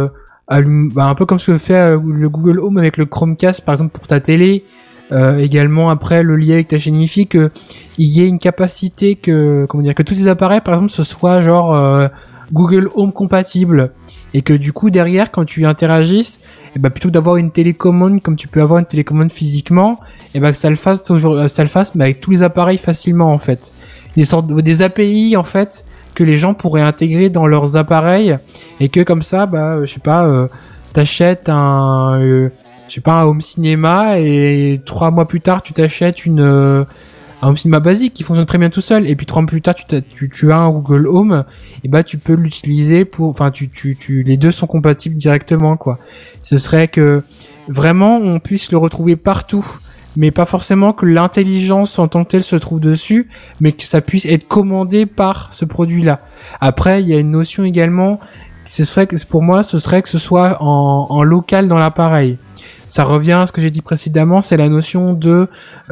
un peu comme ce que fait le Google Home avec le Chromecast par exemple pour ta télé, également après le lien avec ta chaîne Wi-Fi, que il y ait une capacité que tous les appareils par exemple ce soit genre Google Home compatible et que du coup derrière quand tu interagisses plutôt que d'avoir une télécommande comme tu peux avoir une télécommande physiquement que ça le fasse mais avec tous les appareils facilement en fait, des API en fait que les gens pourraient intégrer dans leurs appareils et que comme ça t'achètes un home cinéma et 3 mois plus tard tu t'achètes un home cinéma basique qui fonctionne très bien tout seul et puis 3 mois plus tard tu as un Google Home et tu peux l'utiliser les deux sont compatibles directement quoi. Ce serait que vraiment on puisse le retrouver partout, mais pas forcément que l'intelligence en tant que telle se trouve dessus, mais que ça puisse être commandé par ce produit-là. Après il y a une notion également, pour moi ce serait que ce soit en local dans l'appareil. Ça revient à ce que j'ai dit précédemment, c'est la notion de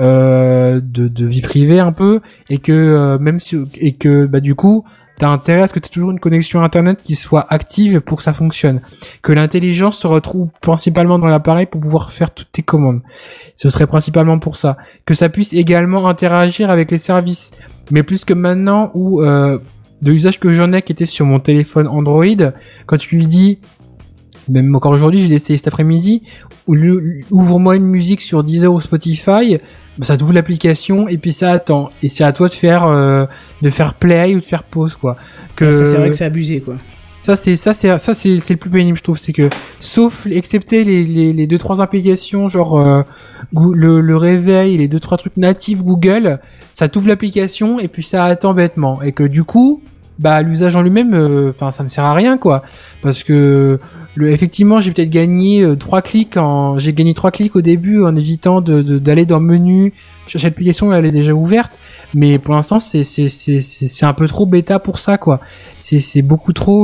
vie privée un peu, et que du coup, t'as intérêt à ce que t'aies toujours une connexion internet qui soit active pour que ça fonctionne. Que l'intelligence se retrouve principalement dans l'appareil pour pouvoir faire toutes tes commandes. Ce serait principalement pour ça. Que ça puisse également interagir avec les services. Mais plus que maintenant où, de l'usage que j'en ai qui était sur mon téléphone Android, quand tu lui dis, même encore aujourd'hui, j'ai essayé cet après-midi, ouvre-moi une musique sur Deezer ou Spotify, ça t'ouvre l'application et puis ça attend. Et c'est à toi de faire play ou de faire pause, quoi. Ça, c'est vrai que c'est abusé, quoi. Ça c'est le plus pénible, je trouve, c'est que, excepté les 2-3 applications, genre, le réveil, les 2-3 trucs natifs Google, ça t'ouvre l'application et puis ça attend bêtement. Et que du coup, l'usage en lui-même, ça ne sert à rien, quoi. Parce que effectivement, j'ai peut-être gagné 3 clics j'ai gagné 3 clics au début en évitant d'aller dans le menu, chercher l'application, elle est déjà ouverte, mais pour l'instant, c'est un peu trop bêta pour ça, quoi. C'est beaucoup trop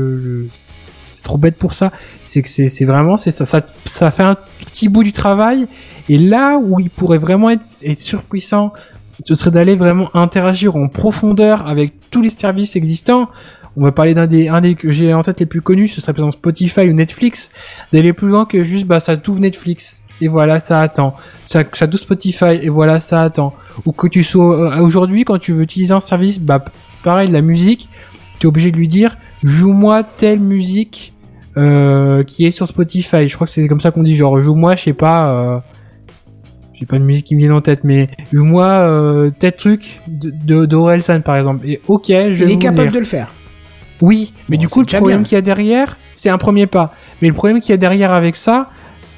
c'est trop bête pour ça. C'est que c'est vraiment, ça fait un petit bout du travail, et là où il pourrait vraiment être surpuissant, ce serait d'aller vraiment interagir en profondeur avec tous les services existants. On va parler d'un des que j'ai en tête les plus connus, ce serait par exemple Spotify ou Netflix, d'aller plus loin que juste ça t'ouvre Netflix et voilà, ça attend. Ça t'ouvre Spotify et voilà, ça attend. Ou que tu sois aujourd'hui, quand tu veux utiliser un service, pareil, la musique, tu es obligé de lui dire joue-moi telle musique qui est sur Spotify. Je crois que c'est comme ça qu'on dit, genre joue-moi, je sais pas j'ai pas de musique qui me vient en tête, mais joue-moi tel truc d'Orelsan par exemple. Et ok, il est capable de le faire. Oui, mais du coup, le problème qu'il y a derrière, c'est un premier pas. Mais le problème qu'il y a derrière avec ça,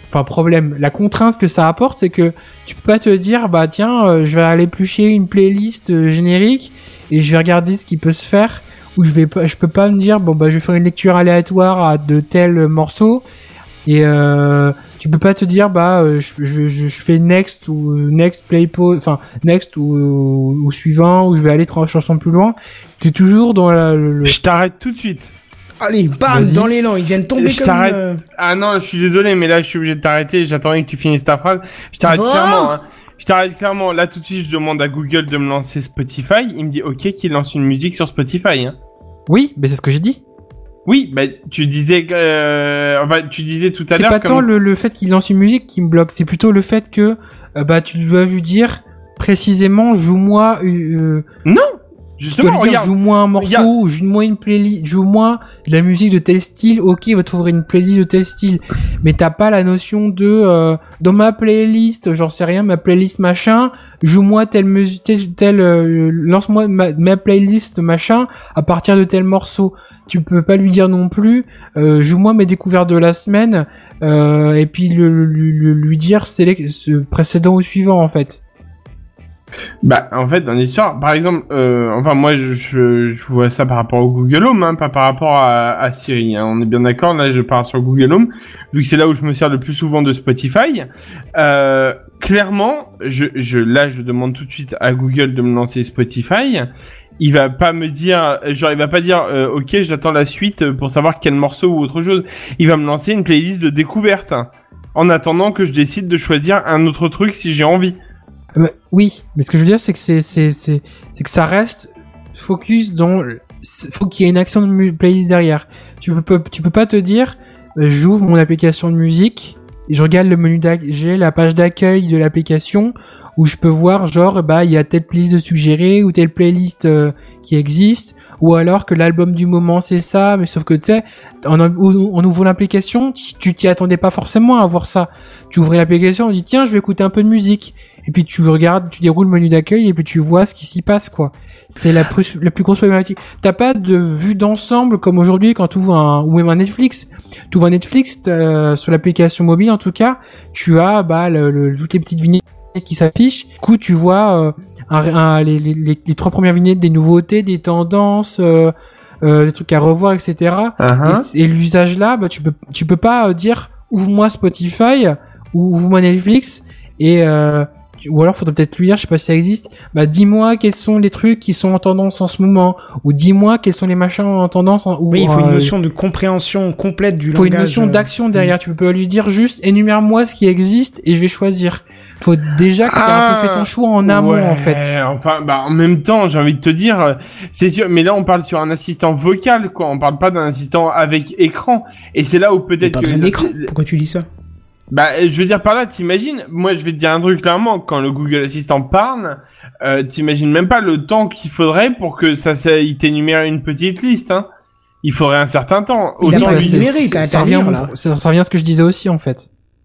la contrainte que ça apporte, c'est que tu peux pas te dire, tiens, je vais aller éplucher une playlist générique et je vais regarder ce qui peut se faire, ou je peux pas me dire, je vais faire une lecture aléatoire de tel morceau, et tu peux pas te dire, je fais next ou next play pause, enfin, next ou suivant, ou je vais aller 3 chansons plus loin. T'es toujours dans Je t'arrête tout de suite. Allez, bam, dans l'élan, ils viennent tomber comme... Ah non, je suis désolé, mais là, je suis obligé de t'arrêter. J'attendais que tu finisses ta phrase. Je t'arrête clairement, hein. Je t'arrête clairement. Là, tout de suite, je demande à Google de me lancer Spotify. Il me dit, OK, qu'il lance une musique sur Spotify, hein. Oui, mais c'est ce que j'ai dit. Oui, tu disais tout à l'heure... C'est pas tant le fait qu'il lance une musique qui me bloque, c'est plutôt le fait que, tu dois lui dire précisément, joue-moi... Non! Justement, regarde, joue-moi un morceau, joue-moi une playlist, joue-moi de la musique de tel style, ok, il va t'ouvrir une playlist de tel style, mais t'as pas la notion de dans ma playlist, j'en sais rien, ma playlist machin, joue-moi telle musique, lance-moi ma playlist machin à partir de tel morceau. Tu peux pas lui dire non plus, joue-moi mes découvertes de la semaine, et puis lui dire ce précédent ou suivant en fait. En fait, dans l'histoire, par exemple, moi, je vois ça par rapport au Google Home, hein, pas par rapport à Siri, hein. On est bien d'accord, là, je pars sur Google Home, vu que c'est là où je me sers le plus souvent de Spotify. Clairement, je demande tout de suite à Google de me lancer Spotify. Il va pas me dire, il va pas dire, ok, j'attends la suite pour savoir quel morceau ou autre chose. Il va me lancer une playlist de découverte, hein, en attendant que je décide de choisir un autre truc si j'ai envie. Oui, mais ce que je veux dire, c'est que c'est que ça reste focus faut qu'il y ait une action de playlist derrière. Tu peux pas te dire, j'ouvre mon application de musique et je regarde le menu j'ai la page d'accueil de l'application où je peux voir il y a telle playlist de suggérée ou telle playlist qui existe, ou alors que l'album du moment c'est ça, mais sauf que tu sais, en ouvrant l'application, tu t'y attendais pas forcément à voir ça. Tu ouvrais l'application, on dit tiens, je vais écouter un peu de musique. Et puis tu regardes, tu déroules le menu d'accueil et puis tu vois ce qui s'y passe, quoi. C'est la plus grosse problématique. T'as pas de vue d'ensemble comme aujourd'hui quand tu ouvres ou même un Netflix. Tu ouvres un Netflix sur l'application mobile en tout cas, tu as toutes les petites vignettes qui s'affichent. Du coup, tu vois les 3 premières vignettes des nouveautés, des tendances, des trucs à revoir, etc. Uh-huh. Et l'usage là, tu peux pas dire ouvre-moi Spotify ou ouvre-moi Netflix et ou alors faudrait peut-être lui dire, je sais pas si ça existe, dis-moi quels sont les trucs qui sont en tendance en ce moment, ou dis-moi quels sont les machins en tendance oui, il faut une notion de compréhension complète du langage. Il faut une notion d'action derrière, tu peux pas lui dire juste énumère-moi ce qui existe et je vais choisir. Faut déjà que t'aies un peu fait ton choix en amont, en fait. En même temps, j'ai envie de te dire, c'est sûr, mais là on parle sur un assistant vocal, quoi, on parle pas d'un assistant avec écran, et c'est là où peut-être pas besoin d'écran. Pourquoi tu dis ça? Je veux dire par là, t'imagines, moi je vais te dire un truc clairement, quand le Google Assistant parle, t'imagines même pas le temps qu'il faudrait pour que il t'énumère une petite liste, hein. Il faudrait un certain temps. Ça revient à ce que je disais aussi, en fait.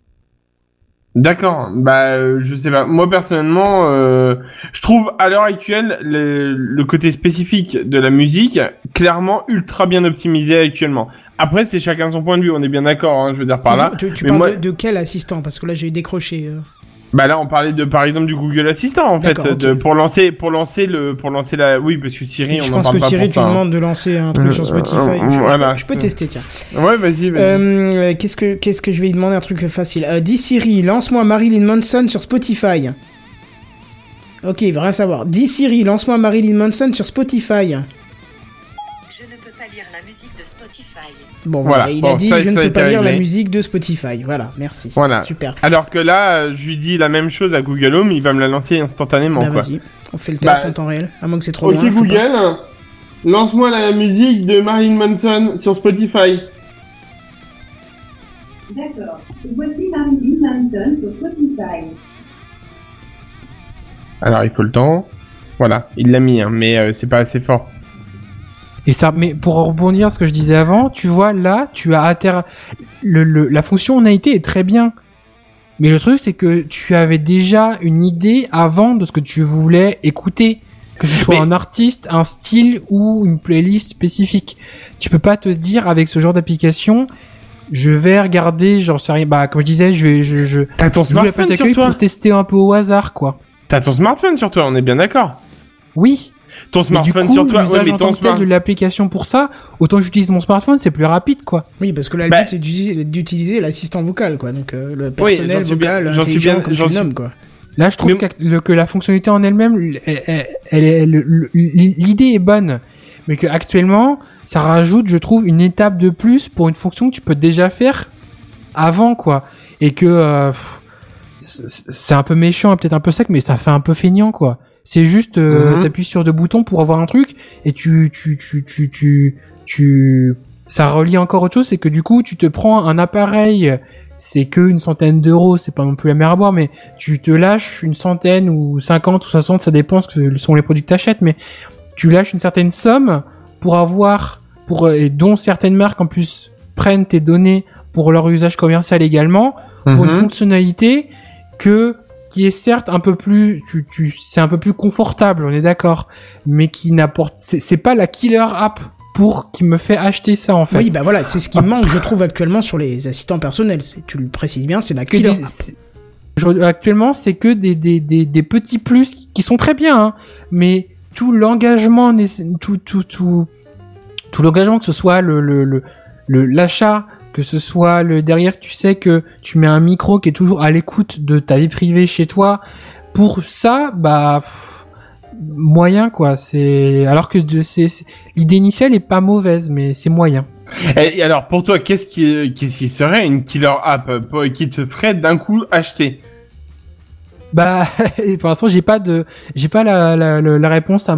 D'accord, je sais pas. Moi personnellement, je trouve à l'heure actuelle le côté spécifique de la musique clairement ultra bien optimisé actuellement. Après, c'est chacun son point de vue, on est bien d'accord, hein, je veux dire par là. Tu parles de quel assistant? Parce que là, j'ai décroché. Bah là, on parlait par exemple du Google Assistant en fait, okay. pour lancer la, oui, parce que Siri, on en parle pas pour ça. Je pense que Siri, tu demandes de lancer un truc sur Spotify. Je peux tester, tiens. Ouais, vas-y. Qu'est-ce que je vais lui demander un truc facile. Dis Siri, lance-moi Marilyn Manson sur Spotify. Ok, il veut rien savoir. Dis Siri, lance-moi Marilyn Manson sur Spotify. Je ne peux pas lire la musique de Spotify. Bon, voilà. Il a dit je ne peux pas lire la musique de Spotify. Voilà, merci. Voilà. Super. Alors que là, je lui dis la même chose à Google Home, il va me la lancer instantanément. Bah, vas-y, on fait le test en temps réel. À moins que c'est trop loin. Ok, Google, lance-moi la musique de Marilyn Manson sur Spotify. D'accord. Voici Marilyn Manson sur Spotify. Alors, il faut le temps. Voilà, il l'a mis, hein, mais c'est pas assez fort. Et ça, mais pour rebondir à ce que je disais avant, tu vois, là, tu as la fonctionnalité est très bien. Mais le truc, c'est que tu avais déjà une idée avant de ce que tu voulais écouter. Que ce soit un artiste, un style ou une playlist spécifique. Tu peux pas te dire avec ce genre d'application, je vais regarder, j'en sais rien, bah, comme je disais, T'as ton smartphone sur toi pour tester un peu au hasard, quoi. T'as ton smartphone sur toi, on est bien d'accord. Oui. Ton smartphone sur toi, ouais, mais ton smartphone de l'application pour ça, autant j'utilise mon smartphone, c'est plus rapide, quoi. Oui, parce que là, le but, c'est d'utiliser l'assistant vocal, quoi. Donc, le personnel vocal, intelligent, comme tu le nommes, quoi. Là, je trouve que la fonctionnalité en elle-même, l'idée est bonne. Mais que actuellement, ça rajoute, je trouve, une étape de plus pour une fonction que tu peux déjà faire avant, quoi. Et que, c'est un peu méchant et peut-être un peu sec, mais ça fait un peu feignant, quoi. C'est juste, t'appuies sur deux boutons pour avoir un truc et ça relie encore autre chose, c'est que du coup, tu te prends un appareil, c'est que une centaine d'euros, c'est pas non plus la mer à boire, mais tu te lâches une centaine ou 50 ou 60, ça dépend ce que sont les produits que t'achètes, mais tu lâches une certaine somme et dont certaines marques en plus prennent tes données pour leur usage commercial également, pour une fonctionnalité qui est certes un peu plus, c'est un peu plus confortable, on est d'accord, mais qui n'apporte, c'est pas la killer app qui me fait acheter ça, en fait. Oui, bah voilà, c'est ce qui manque, je trouve, actuellement sur les assistants personnels. Tu le précises bien, c'est la killer app. Actuellement, c'est que des petits plus qui sont très bien, hein, mais tout l'engagement, tout l'engagement, que ce soit l'achat, que ce soit derrière, tu sais que tu mets un micro qui est toujours à l'écoute de ta vie privée chez toi. Pour ça, bah, moyen, quoi. Alors que l'idée initiale est pas mauvaise, mais c'est moyen. Et alors, pour toi, qu'est-ce qui serait une killer app qui te ferait d'un coup acheter? Bah, pour l'instant, j'ai pas la réponse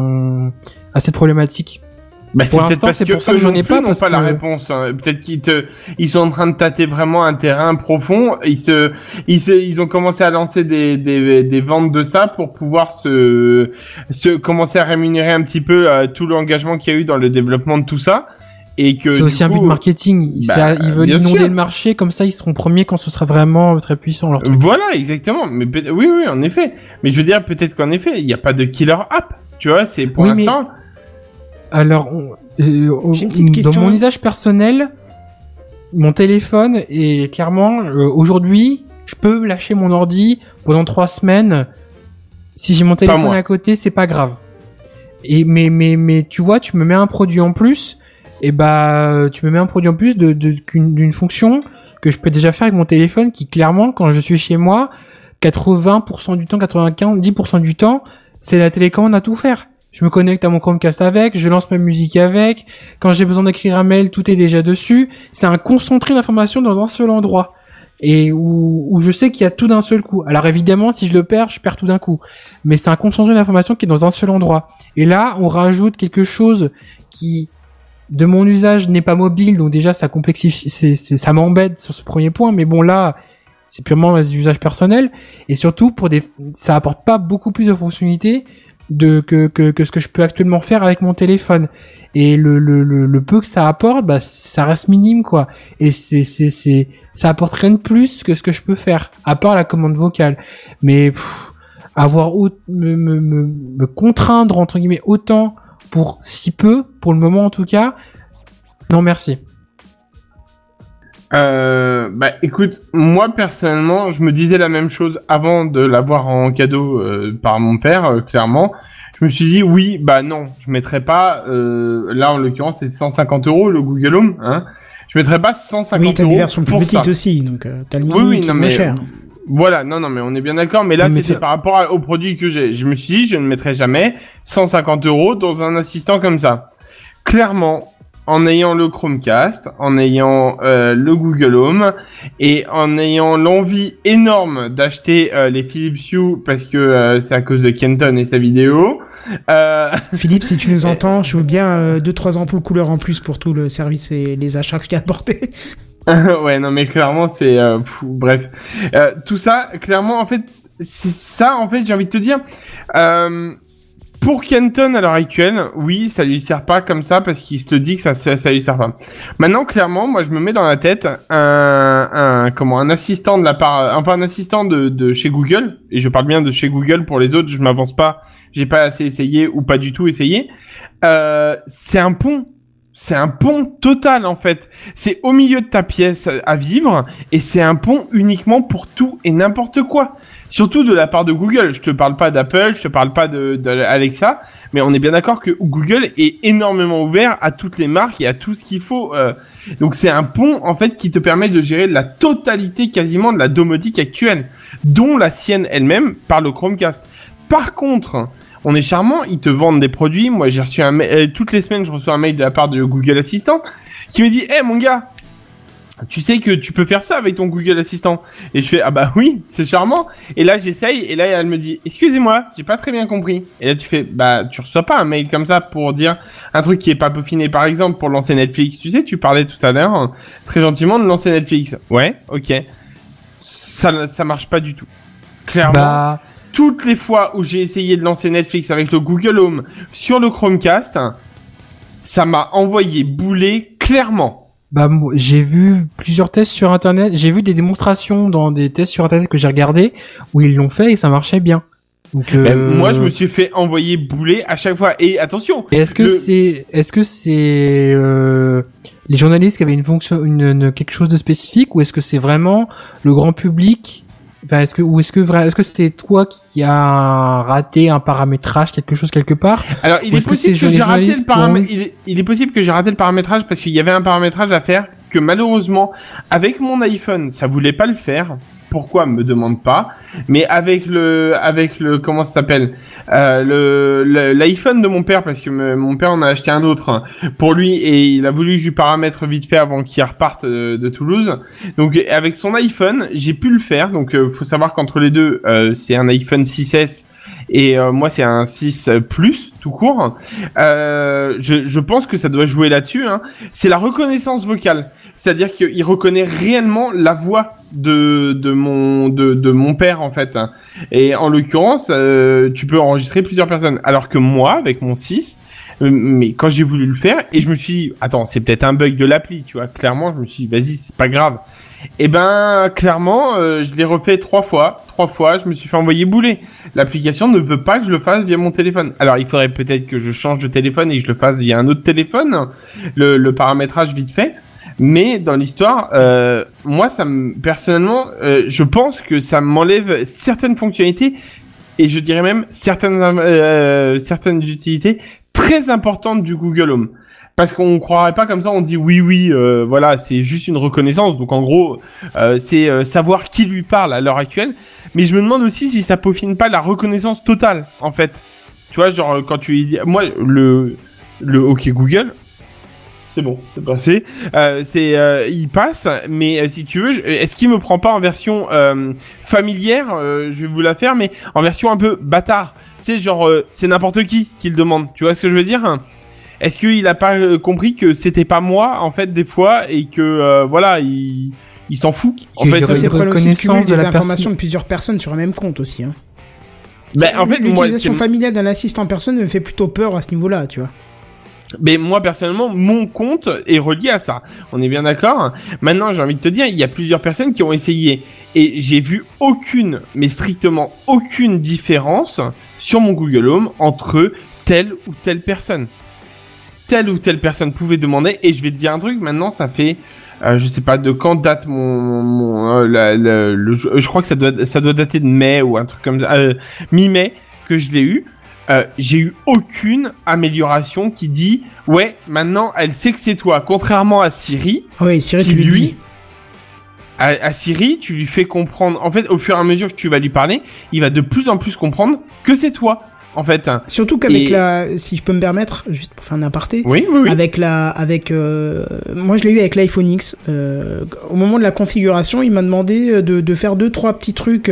à cette problématique. Bah, pour l'instant, c'est pour ça que j'en ai pas, parce que la réponse. Hein. Peut-être ils sont en train de tâter vraiment un terrain profond. Ils ont commencé à lancer des ventes de ça pour pouvoir commencer à rémunérer un petit peu tout l'engagement qu'il y a eu dans le développement de tout ça. Et que c'est aussi un but de marketing. Ils veulent inonder le marché, comme ça ils seront premiers quand ce sera vraiment très puissant leur truc. Voilà, exactement. Mais oui, en effet. Mais je veux dire, peut-être qu'en effet, il n'y a pas de killer app. Tu vois, c'est pour l'instant. Alors, j'ai une petite question. Dans mon usage personnel, mon téléphone est clairement aujourd'hui, je peux lâcher mon ordi pendant 3 semaines. Si j'ai mon téléphone à côté, c'est pas grave. Mais tu vois, tu me mets un produit en plus. Et bah, tu me mets un produit en plus d'une fonction que je peux déjà faire avec mon téléphone, qui clairement, quand je suis chez moi, 80% du temps, 10% du temps, c'est la télécommande à tout faire. Je me connecte à mon Chromecast avec, je lance ma musique avec. Quand j'ai besoin d'écrire un mail, tout est déjà dessus. C'est un concentré d'informations dans un seul endroit. Et où je sais qu'il y a tout d'un seul coup. Alors évidemment, si je le perds, je perds tout d'un coup. Mais c'est un concentré d'informations qui est dans un seul endroit. Et là, on rajoute quelque chose qui, de mon usage, n'est pas mobile. Donc déjà, ça complexifie, ça m'embête sur ce premier point. Mais bon, là, c'est purement des usages personnels. Et surtout, ça apporte pas beaucoup plus de fonctionnalités que ce que je peux actuellement faire avec mon téléphone. Et le peu que ça apporte, bah, ça reste minime, quoi. Et ça apporte rien de plus que ce que je peux faire, à part la commande vocale. Mais, me contraindre, entre guillemets, autant pour si peu, pour le moment en tout cas, non merci. Écoute, moi personnellement, je me disais la même chose avant de l'avoir en cadeau par mon père, clairement. Je me suis dit oui, non, je mettrais pas. Là en l'occurrence, c'est 150 € le Google Home, hein. Je mettrais pas 150 €. Oui, t'as des versions plus petites aussi, donc t'as le mini qui est moins cher. Voilà, non, mais on est bien d'accord. Mais là, c'était par rapport au produit que j'ai. Je me suis dit, je ne mettrai jamais 150 € dans un assistant comme ça. Clairement. En ayant le Chromecast, en ayant le Google Home et en ayant l'envie énorme d'acheter les Philips Hue parce que c'est à cause de Kenton et sa vidéo. Philippe, si tu nous entends, je veux bien 2-3 ampoules couleur en plus pour tout le service et les achats que je t'ai apportés. Ouais, non mais clairement c'est bref. Tout ça, clairement en fait, c'est ça en fait, j'ai envie de te dire. Pour Kenton à l'heure actuelle, oui, ça lui sert pas comme ça parce qu'il se dit que ça lui sert pas. Maintenant, clairement, moi, je me mets dans la tête un assistant un assistant de chez Google, et je parle bien de chez Google. Pour les autres, je m'avance pas, j'ai pas assez essayé ou pas du tout essayé. C'est un pont total en fait. C'est au milieu de ta pièce à vivre et c'est un pont uniquement pour tout et n'importe quoi. Surtout de la part de Google. Je te parle pas d'Apple, je te parle pas de Alexa, mais on est bien d'accord que Google est énormément ouvert à toutes les marques et à tout ce qu'il faut. Donc c'est un pont en fait qui te permet de gérer la totalité quasiment de la domotique actuelle, dont la sienne elle-même par le Chromecast. Par contre, on est charmant, ils te vendent des produits. Moi, j'ai reçu toutes les semaines, je reçois un mail de la part de Google Assistant qui me dit « Hey, mon gars, tu sais que tu peux faire ça avec ton Google Assistant ?» Et je fais « Ah bah oui, c'est charmant. » Et là, j'essaye, et là, elle me dit « Excusez-moi, j'ai pas très bien compris. » Et là, tu fais « Bah, tu reçois pas un mail comme ça pour dire un truc qui est pas peaufiné. Par exemple, pour lancer Netflix. Tu sais, tu parlais tout à l'heure, très gentiment, de lancer Netflix. Ouais, ok. Ça marche pas du tout. Clairement. Toutes les fois où j'ai essayé de lancer Netflix avec le Google Home sur le Chromecast, ça m'a envoyé bouler clairement. J'ai vu plusieurs tests sur Internet. J'ai vu des démonstrations dans des tests sur Internet que j'ai regardé où ils l'ont fait et ça marchait bien. Donc, moi, je me suis fait envoyer bouler à chaque fois. Et attention. Et est-ce que c'est les journalistes qui avaient une fonction, quelque chose de spécifique, ou est-ce que c'est vraiment le grand public? Enfin, est-ce que c'est toi qui as raté un paramétrage, quelque chose quelque part? Alors, il est possible que j'ai raté le paramétrage parce qu'il y avait un paramétrage à faire que malheureusement, avec mon iPhone, ça voulait pas le faire. Pourquoi, me demande pas. Mais avec le, comment ça s'appelle, l'iPhone de mon père, parce que mon père en a acheté un autre pour lui et il a voulu que je lui paramètre vite fait avant qu'il reparte de Toulouse. Donc, avec son iPhone, j'ai pu le faire. Donc, faut savoir qu'entre les deux, c'est un iPhone 6S. Et moi c'est un 6 Plus tout court. Je pense que ça doit jouer là-dessus, hein. C'est la reconnaissance vocale. C'est-à-dire qu'il reconnaît réellement la voix de mon père en fait. Et en l'occurrence, tu peux enregistrer plusieurs personnes. Alors que moi, avec mon 6, mais quand j'ai voulu le faire, et je me suis dit, attends, c'est peut-être un bug de l'appli, tu vois. Clairement, je me suis dit, vas-y, c'est pas grave. Et ben, clairement, je l'ai refait 3 fois. 3 fois, je me suis fait envoyer bouler. L'application ne veut pas que je le fasse via mon téléphone. Alors, il faudrait peut-être que je change de téléphone et que je le fasse via un autre téléphone. Le paramétrage vite fait. Mais dans l'histoire, moi, personnellement, je pense que ça m'enlève certaines fonctionnalités et je dirais même certaines utilités très importantes du Google Home. Parce qu'on croirait pas comme ça, on dit oui, voilà, c'est juste une reconnaissance. Donc en gros, c'est savoir qui lui parle à l'heure actuelle. Mais je me demande aussi si ça peaufine pas la reconnaissance totale, en fait. Tu vois, genre quand tu lui dis, moi le OK Google. C'est bon, c'est passé. Il passe, mais si tu veux, est-ce qu'il me prend pas en version familière, je vais vous la faire, mais en version un peu bâtard. Tu sais, genre, c'est n'importe qui le demande. Tu vois ce que je veux dire? Est-ce qu'il a pas compris que c'était pas moi, en fait, des fois, et que, voilà, il s'en fout. En fait, c'est le reconnaissance des informations de plusieurs personnes sur un même compte aussi, hein. En fait, l'utilisation familiale d'un assistant personne me fait plutôt peur à ce niveau-là, tu vois. Mais moi personnellement, mon compte est relié à ça. On est bien d'accord. Maintenant, j'ai envie de te dire, il y a plusieurs personnes qui ont essayé et j'ai vu aucune, mais strictement aucune différence sur mon Google Home entre telle ou telle personne. Telle ou telle personne pouvait demander et je vais te dire un truc. Maintenant, ça fait je sais pas de quand date je crois que ça doit dater de mai ou un truc comme ça, mi-mai que je l'ai eu. J'ai eu aucune amélioration qui dit ouais maintenant elle sait que c'est toi, contrairement à Siri. Oui, Siri, tu lui dis. À Siri, tu lui fais comprendre. En fait, au fur et à mesure que tu vas lui parler, il va de plus en plus comprendre que c'est toi. En fait. Surtout qu'avec si je peux me permettre, juste pour faire un aparté. Oui. Moi je l'ai eu avec l'iPhone X. Au moment de la configuration, il m'a demandé de faire 2-3 petits trucs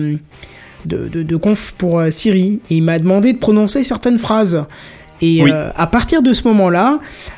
de conf pour Siri. Et il m'a demandé de prononcer certaines phrases. Et à partir de ce moment-là,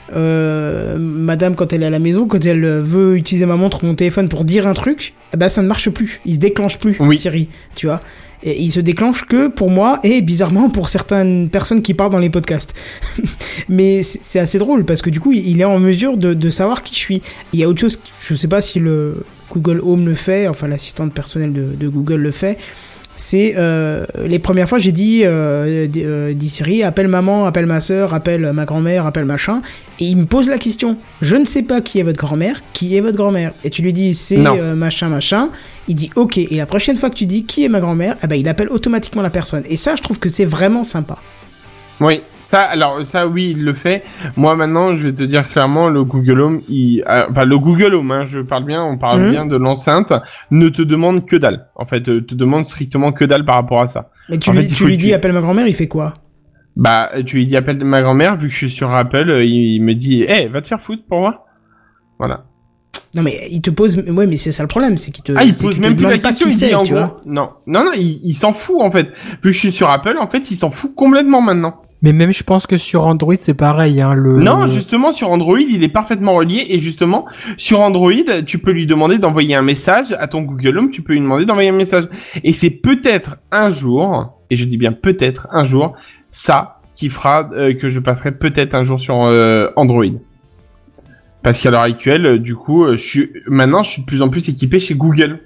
madame, quand elle est à la maison, quand elle veut utiliser ma montre ou mon téléphone pour dire un truc, ça ne marche plus. Il se déclenche plus, Siri, tu vois. Et il se déclenche que pour moi et bizarrement pour certaines personnes qui parlent dans les podcasts. Mais c'est assez drôle parce que du coup, il est en mesure de savoir qui je suis. Il y a autre chose, je sais pas si le Google Home le fait, enfin l'assistante personnelle de Google le fait. C'est les premières fois j'ai dit Siri, appelle maman, appelle ma sœur, appelle ma grand-mère, appelle machin, et il me pose la question, je ne sais pas qui est votre grand-mère, qui est votre grand-mère, et tu lui dis c'est machin, il dit ok, et la prochaine fois que tu dis qui est ma grand-mère, il appelle automatiquement la personne, et ça je trouve que c'est vraiment sympa. Oui, ça oui, il le fait. Moi maintenant, je vais te dire clairement, le Google Home, le Google Home, je parle bien, on parle bien de l'enceinte, ne te demande que dalle. En fait, te demande strictement que dalle par rapport à ça. Mais tu lui dis appelle ma grand-mère, il fait quoi? Tu lui dis appelle ma grand-mère, vu que je suis sur Apple, il me dit, va te faire foutre pour moi. Voilà. Non mais il te pose, mais c'est ça le problème, c'est qu'il te. Il pose même plus la question, il dit en gros, non, il s'en fout en fait. Vu que je suis sur Apple, en fait, il s'en fout complètement maintenant. Mais même je pense que sur Android c'est pareil Non, justement sur Android il est parfaitement relié et justement sur Android tu peux lui demander d'envoyer un message à ton Google Home, tu peux lui demander d'envoyer un message et c'est peut-être un jour, et je dis bien peut-être un jour, ça qui fera que je passerai peut-être un jour sur Android. Parce qu'à l'heure actuelle, du coup, je suis de plus en plus équipé chez Google.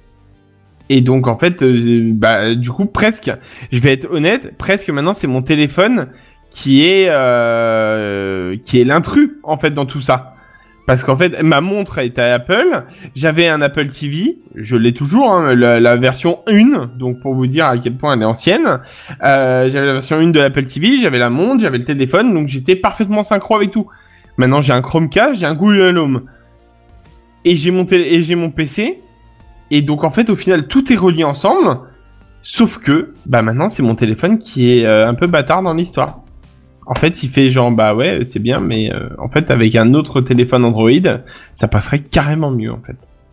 Et donc en fait, du coup presque, je vais être honnête, presque maintenant c'est mon téléphone qui est l'intrus en fait dans tout ça. Parce qu'en fait ma montre est à Apple, j'avais un Apple TV, je l'ai toujours, la version 1, donc pour vous dire à quel point elle est ancienne. J'avais la version 1 de l'Apple TV, j'avais la montre, j'avais le téléphone, donc j'étais parfaitement synchro avec tout. Maintenant j'ai un Chromecast, j'ai un Google Home et j'ai mon PC. Et donc en fait au final tout est relié ensemble, sauf que maintenant c'est mon téléphone qui est un peu bâtard dans l'histoire. En fait il fait genre ouais c'est bien, mais en fait avec un autre téléphone Android ça passerait carrément mieux en fait.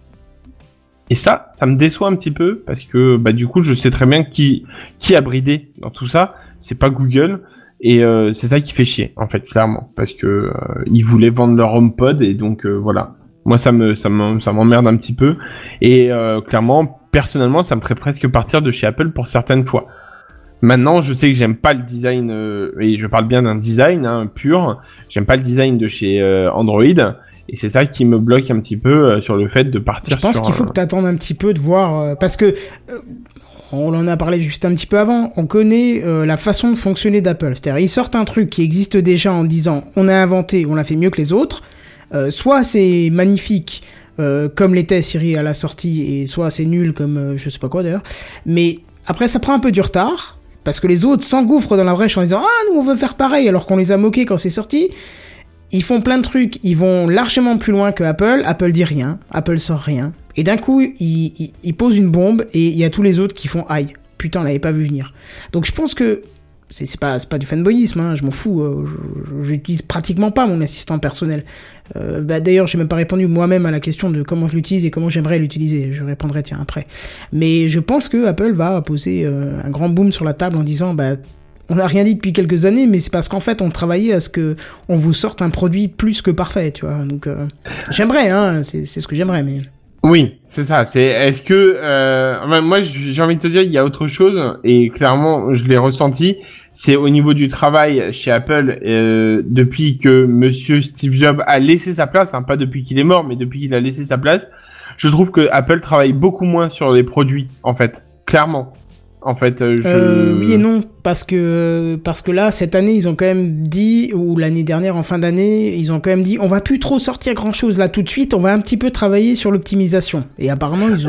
Et ça me déçoit un petit peu parce que du coup je sais très bien qui a bridé dans tout ça, c'est pas Google. Et c'est ça qui fait chier en fait clairement parce que ils voulaient vendre leur HomePod et donc voilà. Moi, ça m'emmerde un petit peu. Et clairement, personnellement, ça me ferait presque partir de chez Apple pour certaines fois. Maintenant, je sais que j'aime pas le design, et je parle bien d'un design pur. J'aime pas le design de chez Android. Et c'est ça qui me bloque un petit peu sur le fait de partir sur... Je pense qu'il faut que t'attendes un petit peu de voir... parce que... on en a parlé juste un petit peu avant. On connaît la façon de fonctionner d'Apple. C'est-à-dire, ils sortent un truc qui existe déjà en disant on a inventé, on l'a fait mieux que les autres. Soit c'est magnifique comme l'était Siri à la sortie, et soit c'est nul comme je sais pas quoi d'ailleurs. Mais après ça prend un peu du retard parce que les autres s'engouffrent dans la brèche en disant nous on veut faire pareil alors qu'on les a moqués quand c'est sorti. Ils font plein de trucs, ils vont largement plus loin que Apple. Apple dit rien, Apple sort rien. Et d'un coup ils posent une bombe et il y a tous les autres qui font aïe. Putain, on l'avait pas vu venir. Donc je pense que c'est pas du fanboyisme, je m'en fous, j'utilise pratiquement pas mon assistant personnel. D'ailleurs, j'ai même pas répondu moi-même à la question de comment je l'utilise et comment j'aimerais l'utiliser. Je répondrai après. Mais je pense que Apple va poser un grand boom sur la table en disant on n'a rien dit depuis quelques années, mais c'est parce qu'en fait on travaillait à ce que on vous sorte un produit plus que parfait, tu vois. Donc j'aimerais, c'est ce que j'aimerais, mais. Oui, c'est ça. Est-ce que moi j'ai envie de te dire il y a autre chose et clairement je l'ai ressenti. C'est au niveau du travail chez Apple depuis que Monsieur Steve Jobs a laissé sa place, pas depuis qu'il est mort, mais depuis qu'il a laissé sa place. Je trouve que Apple travaille beaucoup moins sur les produits en fait, clairement. En fait, oui et non, parce que là, cette année, ils ont quand même dit, ou l'année dernière, en fin d'année, ils ont quand même dit, on va plus trop sortir grand-chose là tout de suite, on va un petit peu travailler sur l'optimisation. Et apparemment, ils ont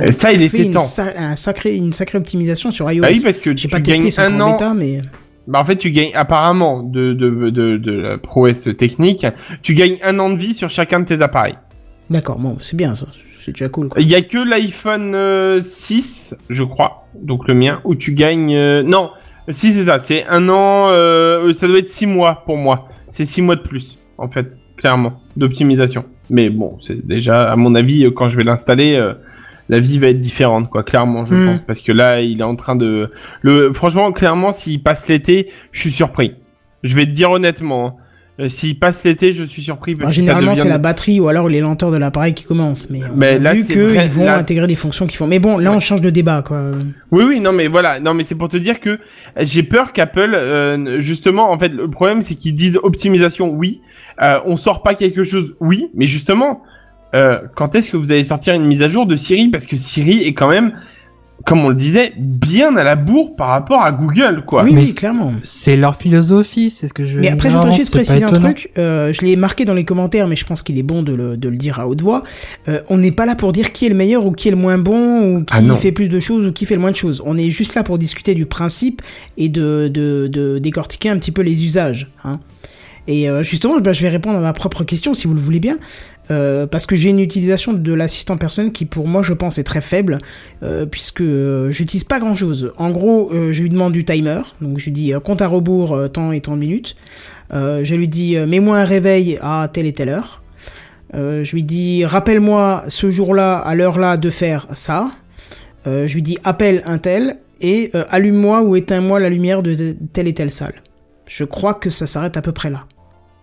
fait une sacrée optimisation sur iOS. Ah oui, parce que tu gagnes un an. Bêta, mais... Bah en fait, tu gagnes apparemment de la prouesse technique, tu gagnes 1 an de vie sur chacun de tes appareils. D'accord, bon, c'est bien ça. C'est déjà cool, quoi. Il y a que l'iPhone 6, je crois, donc le mien, où tu gagnes... non, si c'est ça, c'est 1 an, ça doit être 6 mois pour moi. C'est 6 mois de plus, en fait, clairement, d'optimisation. Mais bon, c'est déjà, à mon avis, quand je vais l'installer, la vie va être différente, quoi, clairement, je pense. Parce que là, il est en train de... Franchement, clairement, s'il passe l'été, je suis surpris. Je vais te dire honnêtement, hein. S'il passe l'été, je suis surpris. Parce que généralement, c'est la batterie ou alors les lenteurs de l'appareil qui commencent. Mais on a vu qu'ils vont intégrer des fonctions qui font. Mais bon, là, on change de débat, quoi. Oui, non, mais voilà. Non, mais c'est pour te dire que j'ai peur qu'Apple, justement, en fait, le problème, c'est qu'ils disent optimisation, oui. On sort pas quelque chose, oui. Mais justement, quand est-ce que vous allez sortir une mise à jour de Siri? Parce que Siri est quand même, comme on le disait, bien à la bourre par rapport à Google, quoi. Oui, clairement. C'est leur philosophie, c'est ce que je veux dire. Mais après, je voudrais juste préciser un truc. Je l'ai marqué dans les commentaires, mais je pense qu'il est bon de le dire à haute voix. On n'est pas là pour dire qui est le meilleur ou qui est le moins bon, ou qui fait plus de choses ou qui fait le moins de choses. On est juste là pour discuter du principe et de décortiquer un petit peu les usages, hein. Et justement, je vais répondre à ma propre question, si vous le voulez bien. Parce que j'ai une utilisation de l'assistant personnel qui pour moi je pense est très faible, puisque j'utilise pas grand chose. En gros, je lui demande du timer, donc je lui dis compte à rebours tant et tant de minutes. Je lui dis mets-moi un réveil à telle et telle heure. Je lui dis rappelle-moi ce jour-là à l'heure-là de faire ça. Je lui dis appelle un tel et allume-moi ou éteins-moi la lumière de telle et telle salle. Je crois que ça s'arrête à peu près là.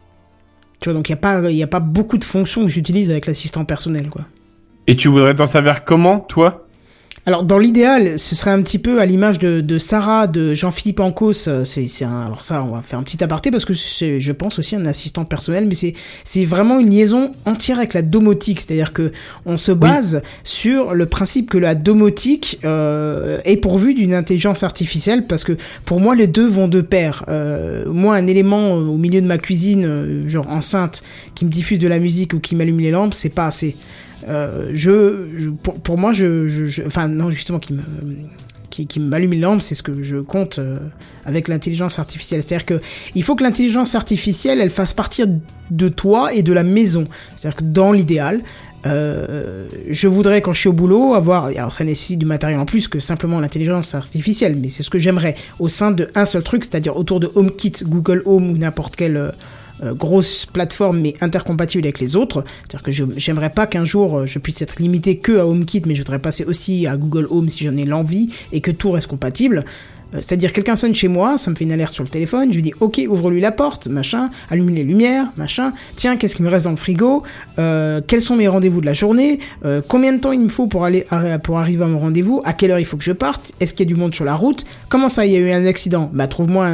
Tu vois, donc il y a pas beaucoup de fonctions que j'utilise avec l'assistant personnel, quoi. Et tu voudrais t'en servir comment, toi? Alors, dans l'idéal, ce serait un petit peu à l'image de Sarah, de Jean-Philippe Ancos. Alors ça, on va faire un petit aparté parce que c'est, je pense, aussi un assistant personnel, mais c'est vraiment une liaison entière avec la domotique. C'est-à-dire que on se base sur le principe que la domotique est pourvue d'une intelligence artificielle, parce que pour moi, les deux vont de pair. Moi, un élément au milieu de ma cuisine, genre enceinte, qui me diffuse de la musique ou qui m'allume les lampes, c'est pas assez. Pour moi, enfin non, justement, qui m'allume les lampes, c'est ce que je compte avec l'intelligence artificielle. C'est-à-dire que il faut que l'intelligence artificielle, elle fasse partir de toi et de la maison. C'est-à-dire que dans l'idéal, je voudrais, quand je suis au boulot, avoir, alors ça nécessite du matériel en plus que simplement l'intelligence artificielle, mais c'est ce que j'aimerais au sein d'un seul truc, c'est-à-dire autour de HomeKit, Google Home ou n'importe quelle grosse plateforme mais intercompatible avec les autres. C'est-à-dire que j'aimerais pas qu'un jour je puisse être limité que à HomeKit, mais je voudrais passer aussi à Google Home si j'en ai l'envie et que tout reste compatible. C'est-à-dire quelqu'un sonne chez moi, ça me fait une alerte sur le téléphone, je lui dis ok, ouvre-lui la porte, machin, allume les lumières, machin, tiens, qu'est-ce qui me reste dans le frigo, quels sont mes rendez-vous de la journée, combien de temps il me faut pour arriver à mon rendez-vous, à quelle heure il faut que je parte, est-ce qu'il y a du monde sur la route, comment ça, il y a eu un accident, bah trouve-moi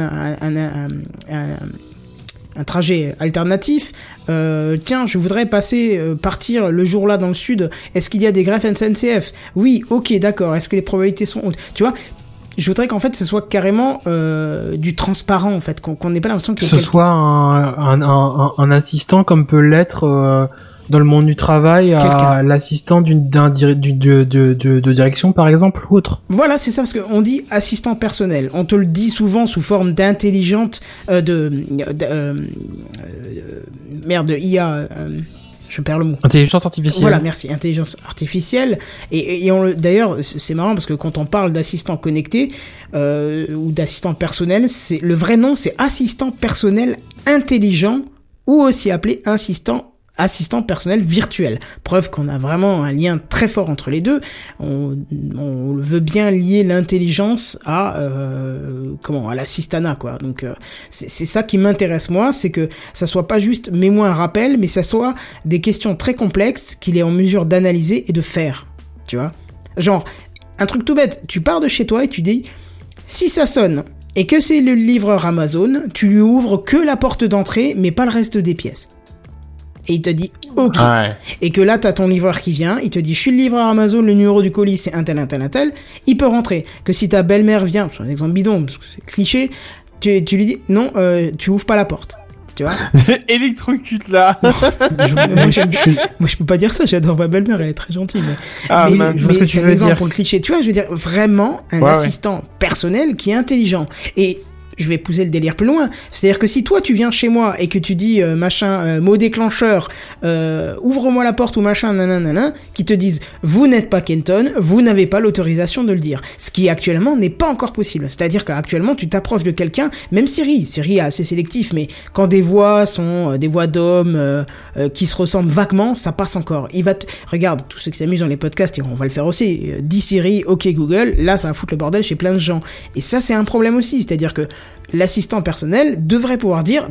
un trajet alternatif, tiens, je voudrais partir le jour-là dans le sud, est-ce qu'il y a des greffes SNCF? Oui, ok, d'accord, est-ce que les probabilités sont hautes? Tu vois, je voudrais qu'en fait ce soit carrément du transparent, en fait, qu'on n'ait pas l'impression que ce soit un assistant comme peut l'être dans le monde du travail à l'assistant de direction par exemple ou autre. Voilà, c'est ça, parce qu'on dit assistant personnel, on te le dit souvent sous forme d'intelligente IA, je perds le mot. Intelligence artificielle. Voilà, merci, intelligence artificielle. Et d'ailleurs, c'est marrant parce que quand on parle d'assistant connecté ou d'assistant personnel, le vrai nom, c'est assistant personnel intelligent, ou aussi appelé assistant personnel virtuel. Preuve qu'on a vraiment un lien très fort entre les deux. On veut bien lier l'intelligence à l'assistana, quoi. Donc c'est ça qui m'intéresse moi, c'est que ça soit pas juste mets-moi un rappel, mais ça soit des questions très complexes qu'il est en mesure d'analyser et de faire. Tu vois? Genre un truc tout bête, tu pars de chez toi et tu dis si ça sonne et que c'est le livreur Amazon, tu lui ouvres que la porte d'entrée mais pas le reste des pièces. Et il te dit OK. Ouais. Et que là, t'as ton livreur qui vient, il te dit, je suis le livreur Amazon, le numéro du colis, c'est un tel, il peut rentrer. Que si ta belle-mère vient, c'est un exemple bidon, parce que c'est cliché, tu lui dis, non, tu ouvres pas la porte. Tu vois? Électrocute là. Moi, je peux pas dire ça, j'adore ma belle-mère, elle est très gentille. Mais je vois ce que tu veux dire. Pour le cliché, tu vois, je veux dire, vraiment un assistant personnel qui est intelligent. Et je vais pousser le délire plus loin. C'est-à-dire que si toi tu viens chez moi et que tu dis mot déclencheur, ouvre-moi la porte ou machin, nanana, qui te disent vous n'êtes pas Kenton, vous n'avez pas l'autorisation de le dire. Ce qui actuellement n'est pas encore possible. C'est-à-dire qu'actuellement tu t'approches de quelqu'un, même Siri est assez sélectif, mais quand des voix sont des voix d'hommes qui se ressemblent vaguement, ça passe encore. Regarde, tous ceux qui s'amusent dans les podcasts, on va le faire aussi. Dis Siri, ok Google, là ça va foutre le bordel chez plein de gens. Et ça c'est un problème aussi, c'est-à-dire que l'assistant personnel devrait pouvoir dire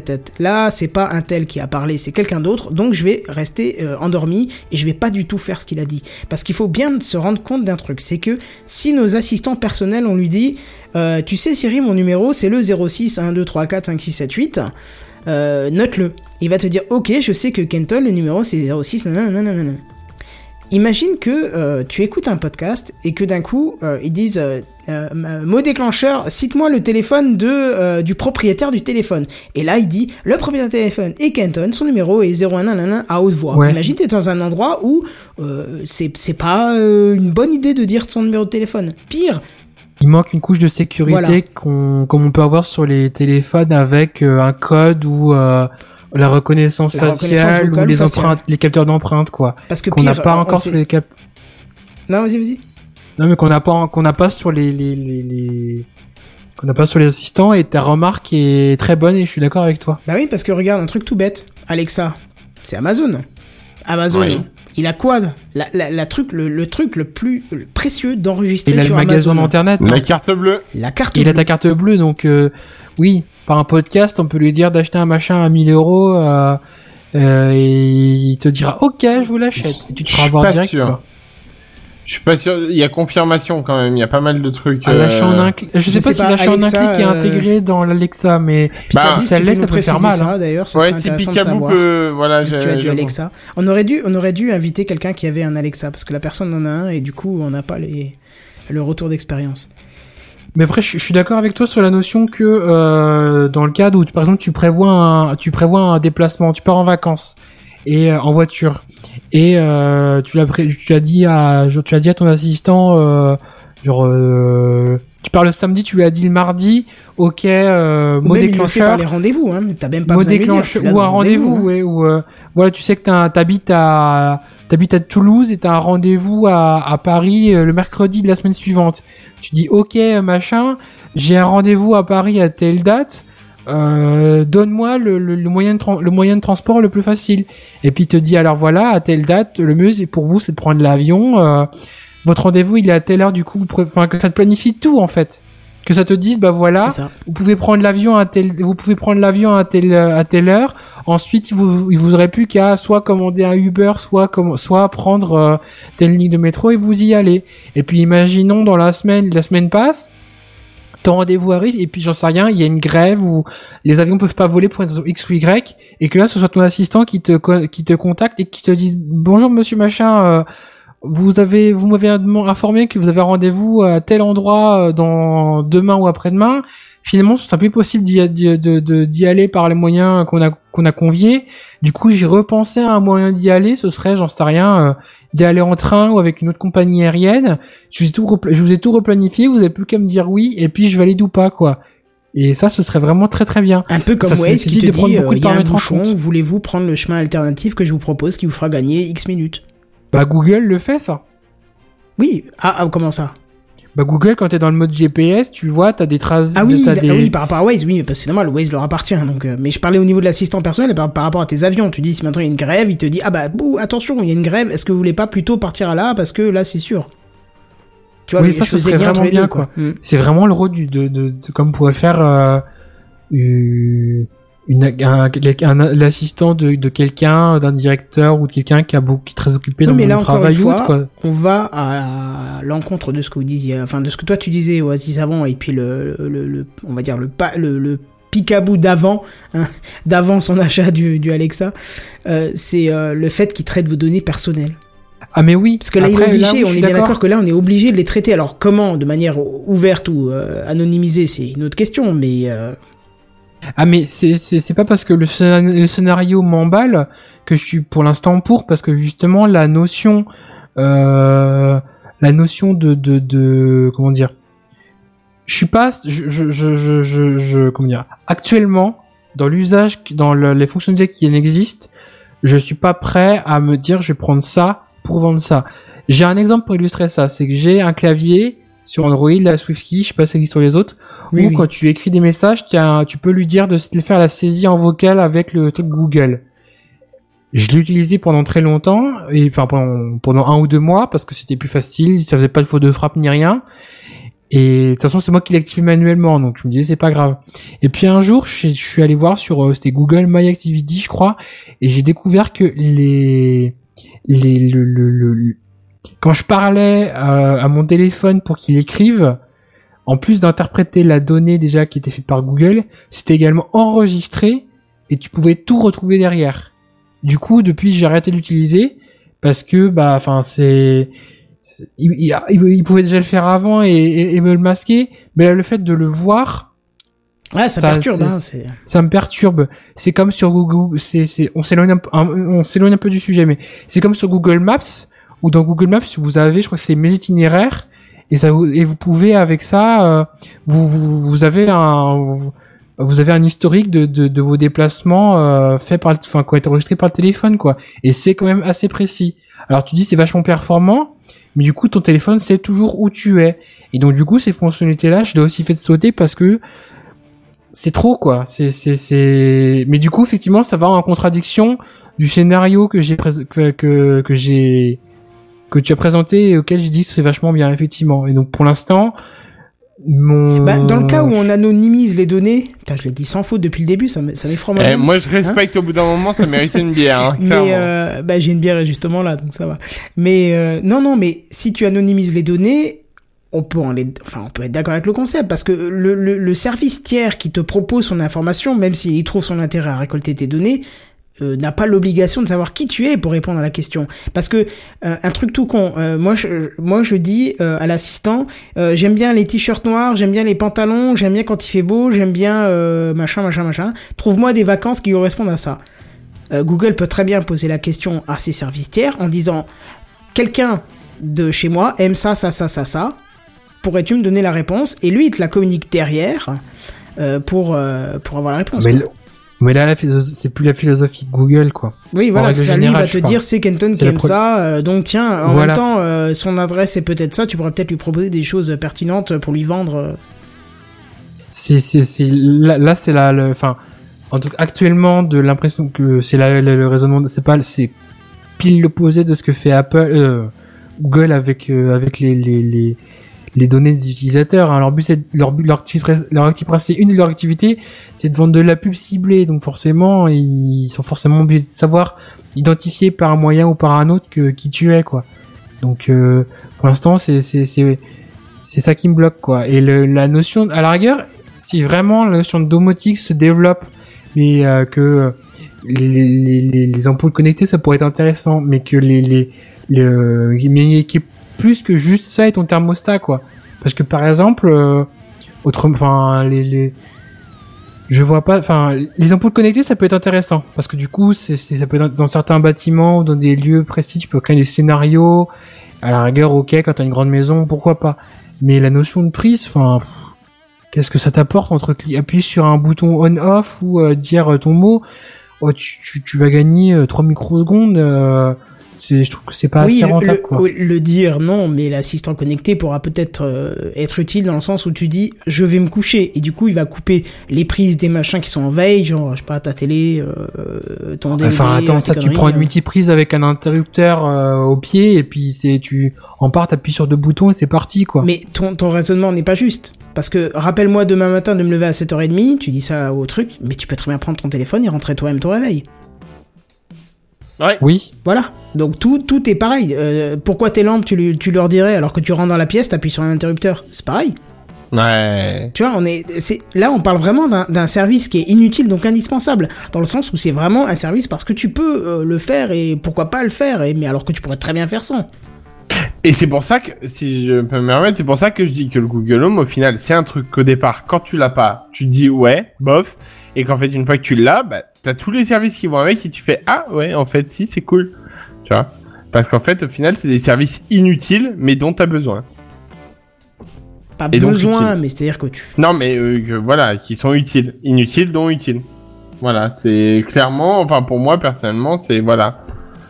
là c'est pas un tel qui a parlé, c'est quelqu'un d'autre, donc je vais rester endormi et je vais pas du tout faire ce qu'il a dit. Parce qu'il faut bien se rendre compte d'un truc, c'est que si nos assistants personnels on lui dit tu sais Siri, mon numéro c'est le 06 1 2 3 4 5 6 7 8, note-le. Il va te dire ok, je sais que Kenton le numéro c'est 06 nanana. Imagine que tu écoutes un podcast et que d'un coup ils disent mot déclencheur, cite-moi le téléphone du propriétaire du téléphone. Et là il dit le propriétaire du téléphone est Kenton, son numéro est 01 nanana à haute voix. Ouais. Imagine t'es dans un endroit où c'est pas une bonne idée de dire son numéro de téléphone. Pire, il manque une couche de sécurité comme on peut avoir sur les téléphones avec un code ou la reconnaissance faciale ou les empreintes, les capteurs d'empreintes quoi. Parce que qu'on n'a pas encore sur les capteurs. Non, vas-y. Non, mais qu'on n'a pas sur qu'on n'a pas sur les assistants, et ta remarque est très bonne et je suis d'accord avec toi. Bah oui, parce que regarde un truc tout bête. Alexa, c'est Amazon. Oui. Il a quoi? Le truc le plus précieux d'enregistrer sur Amazon. Il a le magasin d'internet. La carte bleue. Il a ta carte bleue, donc oui, par un podcast, on peut lui dire d'acheter un machin à 1000 €, et il te dira ok, je vous l'achète. Et tu te feras avoir direct. Quoi. Je suis pas sûr. Il y a confirmation quand même. Il y a pas mal de trucs. L'achat en un clic. Je sais pas si l'achat en un clic est intégré dans l'Alexa, mais si ça l'est, ça peut faire mal. Ça, d'ailleurs, c'est intéressant de savoir. Voilà, tu as du Alexa. On aurait dû inviter quelqu'un qui avait un Alexa parce que la personne en a un et du coup, on n'a pas le retour d'expérience. Mais après, je suis d'accord avec toi sur la notion que dans le cadre où, par exemple, tu prévois un déplacement, tu pars en vacances et en voiture, et tu as dit à ton assistant tu pars le samedi, tu lui as dit le mardi, ok, mot déclencheur. Par les rendez-vous, hein, t'as même pas besoin de le dire, ou un rendez-vous, ouais, ou voilà, tu sais que t'habites à Toulouse et t'as un rendez-vous à Paris le mercredi de la semaine suivante. Tu dis ok, machin, j'ai un rendez-vous à Paris à telle date. Donne-moi le moyen de transport le plus facile. Et puis il te dit alors voilà, à telle date, le mieux c'est pour vous c'est de prendre l'avion. Votre rendez-vous il est à telle heure, du coup que ça te planifie tout en fait. Que ça te dise bah voilà, vous pouvez prendre l'avion à telle heure. Ensuite il vous aurait plus qu'à soit commander un Uber, soit prendre telle ligne de métro et vous y allez. Et puis imaginons dans la semaine passe. Ton rendez-vous arrive et puis j'en sais rien, il y a une grève où les avions peuvent pas voler pour une raison X ou Y, et que là ce soit ton assistant qui te contacte et qui te dise bonjour monsieur machin, vous m'avez informé que vous avez un rendez-vous à tel endroit dans demain ou après-demain. Finalement ce sera plus possible d'y aller par les moyens qu'on a conviés. Du coup j'ai repensé à un moyen d'y aller, ce serait j'en sais rien, d'y aller en train ou avec une autre compagnie aérienne. Je vous ai tout replanifié, vous avez plus qu'à me dire oui et puis je valide ou pas quoi. Et ça ce serait vraiment très très bien. Un peu comme Waze qui te dit il y a un bouchon, voulez-vous prendre le chemin alternatif que je vous propose qui vous fera gagner X minutes. Bah Google le fait ça. Oui, comment ça? Bah Google, quand t'es dans le mode GPS, tu vois, t'as des traces. Oui, par rapport à Waze, oui, parce que c'est normal, Waze leur appartient. Donc, mais je parlais au niveau de l'assistant personnel, par rapport à tes avions. Tu dis si maintenant il y a une grève, il te dit attention, il y a une grève. Est-ce que vous voulez pas plutôt partir là parce que là c'est sûr. Tu vois, oui, ça ce serait vraiment bien quoi. C'est vraiment le rôle de comme pourrait faire l'assistant de quelqu'un, d'un directeur ou de quelqu'un qui est très occupé dans le travail ou autre, quoi. On va à l'encontre de ce que vous disiez, enfin de ce que toi tu disais Oasis avant, et puis on va dire le picabou d'avant son achat du Alexa, c'est le fait qu'il traite vos données personnelles. Ah mais oui. Parce que là, après, il est obligé, là, on est bien d'accord que là, on est obligé de les traiter. Alors comment, de manière ouverte ou anonymisée, c'est une autre question, mais... Ah mais c'est pas parce que le scénario m'emballe que je suis pour l'instant pour, parce que justement la notion de comment dire, je suis pas comment dire, actuellement dans l'usage, dans les fonctionnalités qui existent, je suis pas prêt à me dire je vais prendre ça pour vendre ça. J'ai un exemple pour illustrer ça, c'est que j'ai un clavier sur Android, la SwiftKey, je sais pas si ça existe sur les autres, où quand tu écris des messages, tu peux lui dire de faire la saisie en vocal avec le truc Google. Je l'ai utilisé pendant très longtemps, et enfin pendant 1 ou 2 mois, parce que c'était plus facile, ça faisait pas de faute de frappe ni rien. Et de toute façon, c'est moi qui l'ai activé manuellement, donc je me disais c'est pas grave. Et puis un jour, je suis allé voir sur c'était Google My Activity, je crois, et j'ai découvert que quand je parlais à mon téléphone pour qu'il écrive, en plus d'interpréter la donnée déjà qui était faite par Google, c'était également enregistré et tu pouvais tout retrouver derrière. Du coup, depuis, j'ai arrêté de l'utiliser parce que, il pouvait déjà le faire avant et me le masquer, mais là, le fait de le voir, ça perturbe, ça me perturbe. C'est comme sur Google, on s'éloigne un peu du sujet, mais c'est comme sur Google Maps, où dans Google Maps, vous avez, je crois que c'est mes itinéraires, et vous pouvez avec ça, vous avez un historique de vos déplacements qui a été enregistré par le téléphone, quoi. Et c'est quand même assez précis. Alors tu dis c'est vachement performant, mais du coup ton téléphone sait toujours où tu es. Et donc du coup ces fonctionnalités-là, je l'ai aussi fait sauter parce que c'est trop, quoi. Mais du coup effectivement ça va en contradiction du scénario que tu as présenté et auquel j'ai dit que c'est vachement bien, effectivement. Et donc, pour l'instant, dans le cas où on anonymise les données, je l'ai dit sans faute depuis le début, ça m'effraie moi. Moi, je respecte au bout d'un moment, ça mérite une bière, clairement. Mais, j'ai une bière justement là, donc ça va. Mais, non, mais si tu anonymises les données, on peut être d'accord avec le concept, parce que le service tiers qui te propose son information, même s'il trouve son intérêt à récolter tes données, n'a pas l'obligation de savoir qui tu es pour répondre à la question. Parce que un truc tout con, moi je dis à l'assistant, j'aime bien les t-shirts noirs, j'aime bien les pantalons, j'aime bien quand il fait beau, j'aime bien machin. Trouve-moi des vacances qui correspondent à ça. Google peut très bien poser la question à ses services tiers en disant quelqu'un de chez moi aime ça. Pourrais-tu me donner la réponse? Et lui il te la communique derrière pour avoir la réponse. Mais là, c'est plus la philosophie de Google, quoi. Oui, voilà, ça lui va te dire c'est Kenton qui aime ça, donc tiens, en même temps, son adresse est peut-être ça, tu pourrais peut-être lui proposer des choses pertinentes pour lui vendre. Là, c'est en tout cas, actuellement, de l'impression que c'est le raisonnement, c'est pile l'opposé de ce que fait Google avec les données des utilisateurs, hein. Leur activité, c'est de vendre de la pub ciblée, donc forcément, ils sont forcément obligés de savoir identifier par un moyen ou par un autre qui tu es, quoi. Donc, pour l'instant, c'est ça qui me bloque, quoi. Et la notion, à la rigueur, si vraiment la notion de domotique se développe, mais que les ampoules connectées, ça pourrait être intéressant, mais que mais qui plus que juste ça et ton thermostat, quoi. Parce que par exemple, je vois pas, les ampoules connectées, ça peut être intéressant parce que du coup, ça peut être dans certains bâtiments ou dans des lieux précis, tu peux créer des scénarios. À la rigueur, ok, quand t'as une grande maison, pourquoi pas. Mais la notion de prise, qu'est-ce que ça t'apporte entre appuyer sur un bouton on/off ou dire ton mot, tu vas gagner 3 microsecondes. Je trouve que c'est pas assez rentable, quoi. Le dire, non, mais l'assistant connecté pourra peut-être être utile dans le sens où tu dis je vais me coucher et du coup il va couper les prises des machins qui sont en veille, genre je sais pas, ta télé, ton DVD. Attends, ça tu prends une multiprise avec un interrupteur au pied et puis t'appuies sur 2 boutons et c'est parti, quoi. Mais ton raisonnement n'est pas juste. Parce que rappelle-moi demain matin de me lever à 7h30, tu dis ça au truc, mais tu peux très bien prendre ton téléphone et rentrer toi-même ton réveil. Ouais. Oui. Voilà. Donc tout est pareil. Pourquoi tes lampes tu leur dirais alors que tu rentres dans la pièce, t'appuies sur un interrupteur? C'est pareil. Ouais. Tu vois, là, on parle vraiment d'un service qui est inutile, donc indispensable, dans le sens où c'est vraiment un service parce que tu peux le faire et pourquoi pas le faire, mais alors que tu pourrais très bien faire sans. Et c'est pour ça que, si je peux me permettre, c'est pour ça que je dis que le Google Home, au final, c'est un truc qu'au départ, quand tu l'as pas, tu te dis ouais, bof, et qu'en fait, une fois que tu l'as, bah, t'as tous les services qui vont avec et tu fais ah ouais, en fait, si, c'est cool. Tu vois? Parce qu'en fait, au final, c'est des services inutiles, mais dont t'as besoin. Pas et besoin, mais c'est-à-dire que tu... Non, mais voilà, qui sont utiles. Inutiles, dont utiles. Voilà, c'est clairement... Enfin, pour moi, personnellement, c'est... Voilà.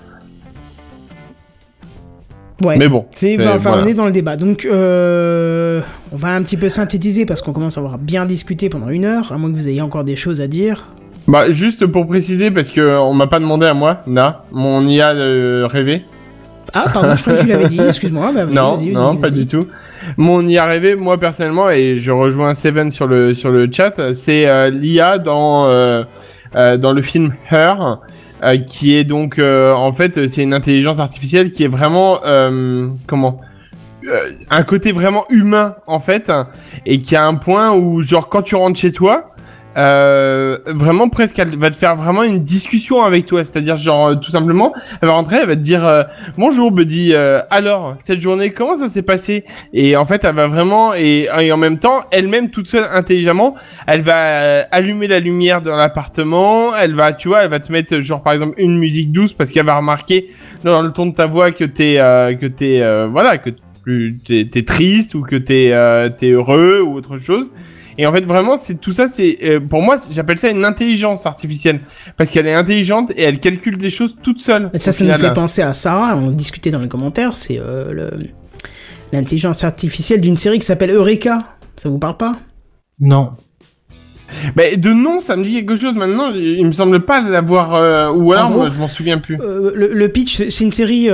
Ouais. Mais bon. Voilà. On est dans le débat. Donc, on va un petit peu synthétiser parce qu'on commence à avoir bien discuté pendant 1 heure, à moins que vous ayez encore des choses à dire. Bah, juste pour préciser, parce que on m'a pas demandé à moi, là, mon IA rêvé. Ah, pardon, je croyais que tu l'avais dit, excuse-moi. Bah, vas-y, pas du tout. Mon IA rêvé, moi personnellement, et je rejoins Seven sur le chat, c'est l'IA dans le film Her, qui est donc en fait c'est une intelligence artificielle qui est vraiment un côté vraiment humain en fait, et qui a un point où genre quand tu rentres chez toi, vraiment presque elle va te faire vraiment une discussion avec toi, c'est-à-dire genre tout simplement elle va rentrer, elle va te dire bonjour Buddy, alors cette journée comment ça s'est passé, et en fait elle va vraiment et en même temps elle-même toute seule intelligemment elle va allumer la lumière dans l'appartement, elle va te mettre genre par exemple une musique douce parce qu'elle va remarquer dans le ton de ta voix que t'es triste ou que t'es heureux ou autre chose. Et en fait, vraiment, tout ça, pour moi, j'appelle ça une intelligence artificielle. Parce qu'elle est intelligente et elle calcule des choses toute seule. Ça nous fait penser à Sarah, on discutait dans les commentaires, c'est l'intelligence artificielle d'une série qui s'appelle Eureka. Ça vous parle pas? Non. Mais de nom, ça me dit quelque chose maintenant, il me semble pas l'avoir, ou alors moi, je m'en souviens plus. Le pitch, c'est une série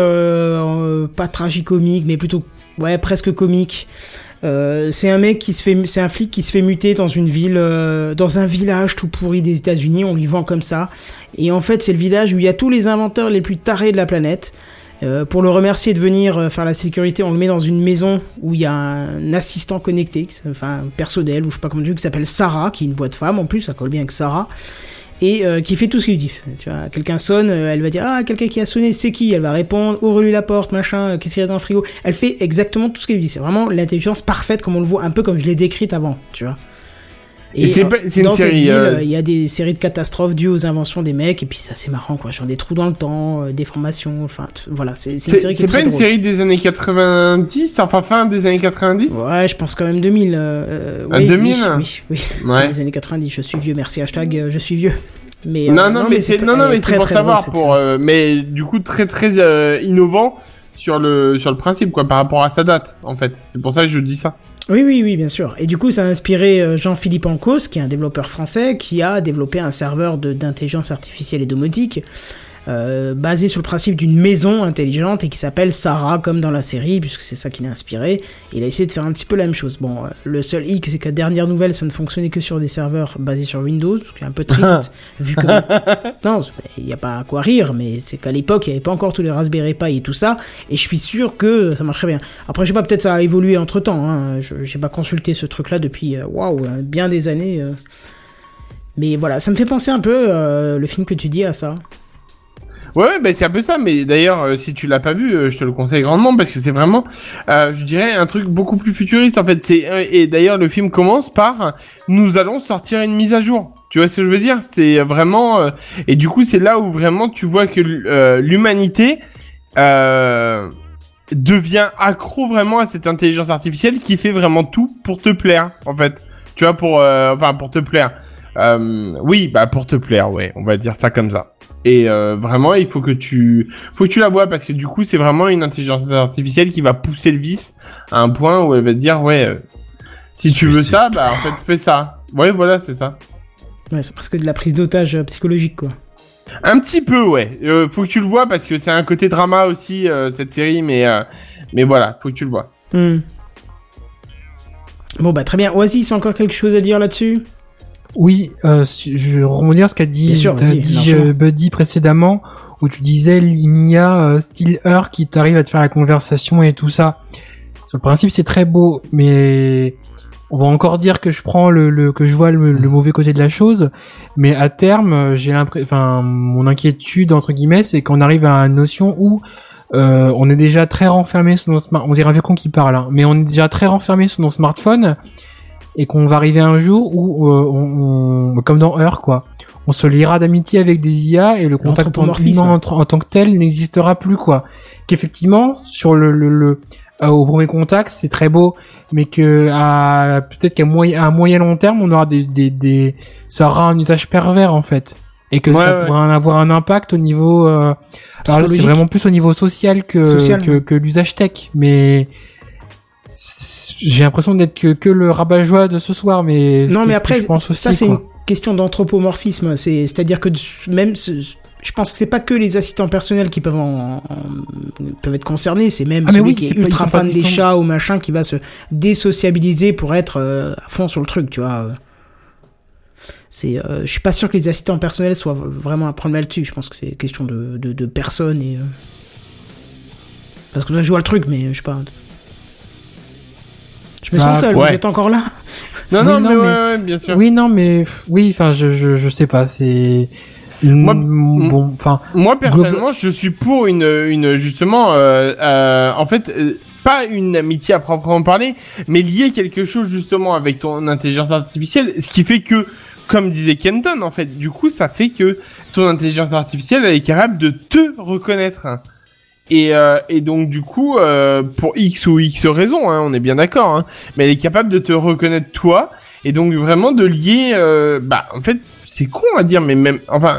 pas tragicomique, mais plutôt, ouais, presque comique. C'est un flic qui se fait muter dans une ville, dans un village tout pourri des États-Unis. On lui vend comme ça. Et en fait, c'est le village où il y a tous les inventeurs les plus tarés de la planète. Pour le remercier de venir faire la sécurité, on le met dans une maison où il y a un assistant connecté, enfin personnel ou je sais pas comment dire, qui s'appelle Sarah, qui est une voix de femme en plus, ça colle bien avec Sarah. Et qui fait tout ce qu'il dit. Tu vois, quelqu'un sonne, elle va dire quelqu'un qui a sonné, c'est qui? Elle va répondre, ouvre-lui la porte, machin, qu'est-ce qu'il y a dans le frigo? Elle fait exactement tout ce qu'elle dit. C'est vraiment l'intelligence parfaite comme on le voit, un peu comme je l'ai décrite avant, tu vois. Et c'est une série. Il y a des séries de catastrophes dues aux inventions des mecs, et puis ça c'est marrant quoi, genre des trous dans le temps, des formations, enfin voilà, c'est une série qui est très drôle. C'est pas une série des années 90, enfin fin des années 90? Ouais, je pense quand même 2000. Oui, 2000 oui. Ouais. Fin des années 90, je suis vieux, merci hashtag je suis vieux. Mais mais c'est pour savoir mais du coup très innovant sur le principe quoi par rapport à sa date en fait. C'est pour ça que je dis ça. Oui, bien sûr. Et du coup, ça a inspiré Jean-Philippe Ancos, qui est un développeur français, qui a développé un serveur d'intelligence artificielle et domotique, basé sur le principe d'une maison intelligente et qui s'appelle Sarah, comme dans la série, puisque c'est ça qui l'a inspiré. Et il a essayé de faire un petit peu la même chose. Bon, le seul hic, c'est qu'à dernière nouvelle, ça ne fonctionnait que sur des serveurs basés sur Windows, ce qui est un peu triste, vu que... Non, il n'y a pas à quoi rire, mais c'est qu'à l'époque, il n'y avait pas encore tous les Raspberry Pi et tout ça, et je suis sûr que ça marcherait bien. Après, je sais pas, peut-être ça a évolué entre-temps, hein. J'ai pas consulté ce truc-là depuis, bien des années. Mais voilà, ça me fait penser un peu, le film que tu dis à ça. Ouais, bah c'est un peu ça, mais d'ailleurs, si tu l'as pas vu, je te le conseille grandement, parce que c'est vraiment, je dirais, un truc beaucoup plus futuriste, en fait. Et d'ailleurs, le film commence par, nous allons sortir une mise à jour. Tu vois ce que je veux dire? C'est vraiment, et du coup, c'est là où vraiment tu vois que l'humanité, devient accro vraiment à cette intelligence artificielle qui fait vraiment tout pour te plaire, en fait. Tu vois, pour te plaire. Oui, bah, pour te plaire, ouais, on va dire ça comme ça. Et vraiment, il faut que tu la vois, parce que du coup, c'est vraiment une intelligence artificielle qui va pousser le vice à un point où elle va te dire, ouais, si tu veux ça, bah en fait, fais ça. Ouais, voilà, c'est ça. Ouais, c'est presque de la prise d'otage psychologique, quoi. Un petit peu, ouais. Faut que tu le vois, parce que c'est un côté drama aussi, cette série, mais voilà, faut que tu le vois. Bon, bah très bien. Oasis, encore quelque chose à dire là-dessus? Oui, je vais rebondir ce qu'a dit, Buddy précédemment, où tu disais il y a style Her qui t'arrive à te faire la conversation et tout ça. Sur le principe, c'est très beau, mais on va encore dire que je prends que je vois le mauvais côté de la chose, mais à terme, mon inquiétude entre guillemets, c'est qu'on arrive à une notion où on est déjà très renfermé sur nos smartphones. On dirait un vieux con qui parle, hein, mais on est déjà très renfermé sur nos smartphones et qu'on va arriver un jour où on comme dans Heure, quoi. On se liera d'amitié avec des IA et le contact humain en tant que tel n'existera plus, quoi. Qu'effectivement, sur au premier contact, c'est très beau, mais que peut-être qu'à un moyen long terme, on aura ça aura un usage pervers, en fait. Et que ça pourra avoir un impact au niveau, alors là, c'est vraiment plus au niveau social que l'usage tech, mais j'ai l'impression d'être que le rabat-joie de ce soir, mais non, mais après, je pense aussi, ça, c'est une question d'anthropomorphisme. C'est-à-dire que même, je pense que c'est pas que les assistants personnels qui peuvent être concernés, c'est même celui qui est ultra fan des chats ou machin qui va se désociabiliser pour être à fond sur le truc, tu vois. Je suis pas sûr que les assistants personnels soient vraiment à prendre là-dessus. Je pense que c'est question de personnes et parce que là je vois le truc, mais je sais pas. Je me sens seul. Vous êtes encore là? Non, mais bien sûr. Oui, non, mais oui, enfin, je sais pas. C'est moi personnellement, je suis pour une justement, en fait. Pas une amitié à proprement parler, mais lier quelque chose justement avec ton intelligence artificielle, ce qui fait que, comme disait Kenton, en fait, du coup, ça fait que ton intelligence artificielle, elle est capable de te reconnaître. Et donc, du coup, pour X ou X raisons, hein, on est bien d'accord, hein, mais elle est capable de te reconnaître toi, et donc vraiment de lier, en fait, c'est con à dire, mais même, enfin,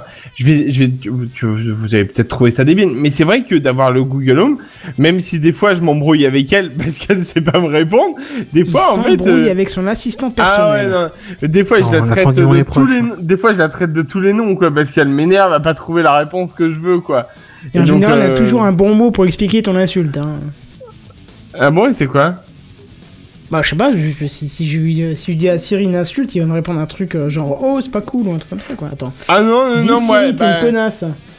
vous avez peut-être trouvé ça débile, mais c'est vrai que d'avoir le Google Home, même si des fois je m'embrouille avec elle parce qu'elle ne sait pas me répondre, des fois en fait, s'embrouille avec son assistant personnel. Ah ouais, non. Des fois je la traite de tous les noms, quoi, parce qu'elle m'énerve à pas trouver la réponse que je veux, quoi. Et en général, elle a toujours un bon mot pour expliquer ton insulte, hein. Ah bon, et c'est quoi? Bah, je sais pas, si je dis à Siri une insulte, il va me répondre un truc genre oh, c'est pas cool ou un truc comme ça, quoi. Attends. Ah non, moi. Siri, t'es une connasse.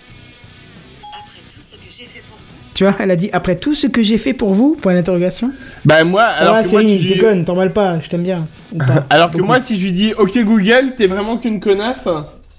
Après tout ce que j'ai fait pour vous. Tu vois, elle a dit après tout ce que j'ai fait pour vous, point d'interrogation. Bah, moi, ça va, Siri, je déconne, t'emballes pas, je t'aime bien. Alors que moi, si je lui dis ok Google, t'es vraiment qu'une connasse.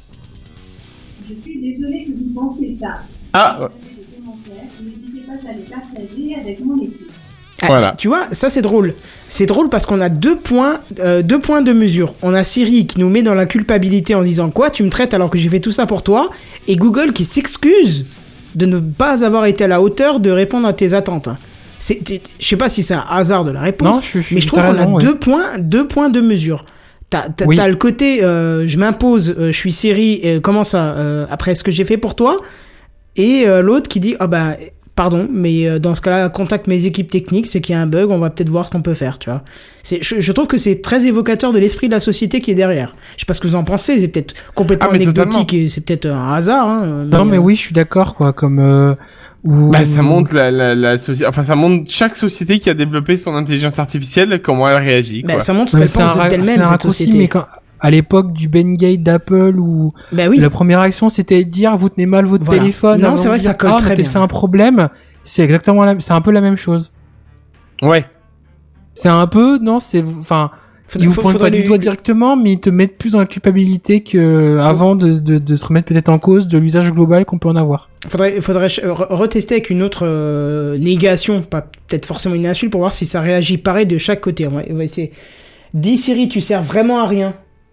Je suis désolée que vous pensiez ça. Ah. N'hésitez pas à les partager avec mon équipe. Voilà. Tu vois, ça c'est drôle. C'est drôle parce qu'on a deux points de mesure. On a Siri qui nous met dans la culpabilité en disant quoi, tu me traites alors que j'ai fait tout ça pour toi, et Google qui s'excuse de ne pas avoir été à la hauteur de répondre à tes attentes. Je sais pas si c'est un hasard de la réponse, mais je trouve qu'on a deux points de mesure. T'as le côté je m'impose, je suis Siri, comment ça, après ce que j'ai fait pour toi, et l'autre qui dit ah bah pardon, mais dans ce cas-là, contacte mes équipes techniques, c'est qu'il y a un bug, on va peut-être voir ce qu'on peut faire, tu vois. Je trouve que c'est très évocateur de l'esprit de la société qui est derrière. Je sais pas ce que vous en pensez, c'est peut-être complètement anecdotique et c'est peut-être un hasard, hein. Non, mais oui, je suis d'accord, quoi, comme ça montre la société, enfin ça montre chaque société qui a développé son intelligence artificielle, comment elle réagit, quoi. Ça montre ce qu'elle pense d'elle-même, cette société. Mais à l'époque du Bengate d'Apple où la première action c'était de dire vous tenez mal votre téléphone. Non, c'est vrai que ça colle très bien. T'as fait un problème. C'est exactement c'est un peu la même chose. Ouais. C'est un peu, non, c'est, enfin, ils vous pointent pas du doigt directement, mais ils te mettent plus dans la culpabilité que avant de se remettre peut-être en cause de l'usage global qu'on peut en avoir. Faudrait retester avec une autre négation, pas peut-être forcément une insulte, pour voir si ça réagit pareil de chaque côté. On va essayer. Dis Siri, tu sers vraiment à rien.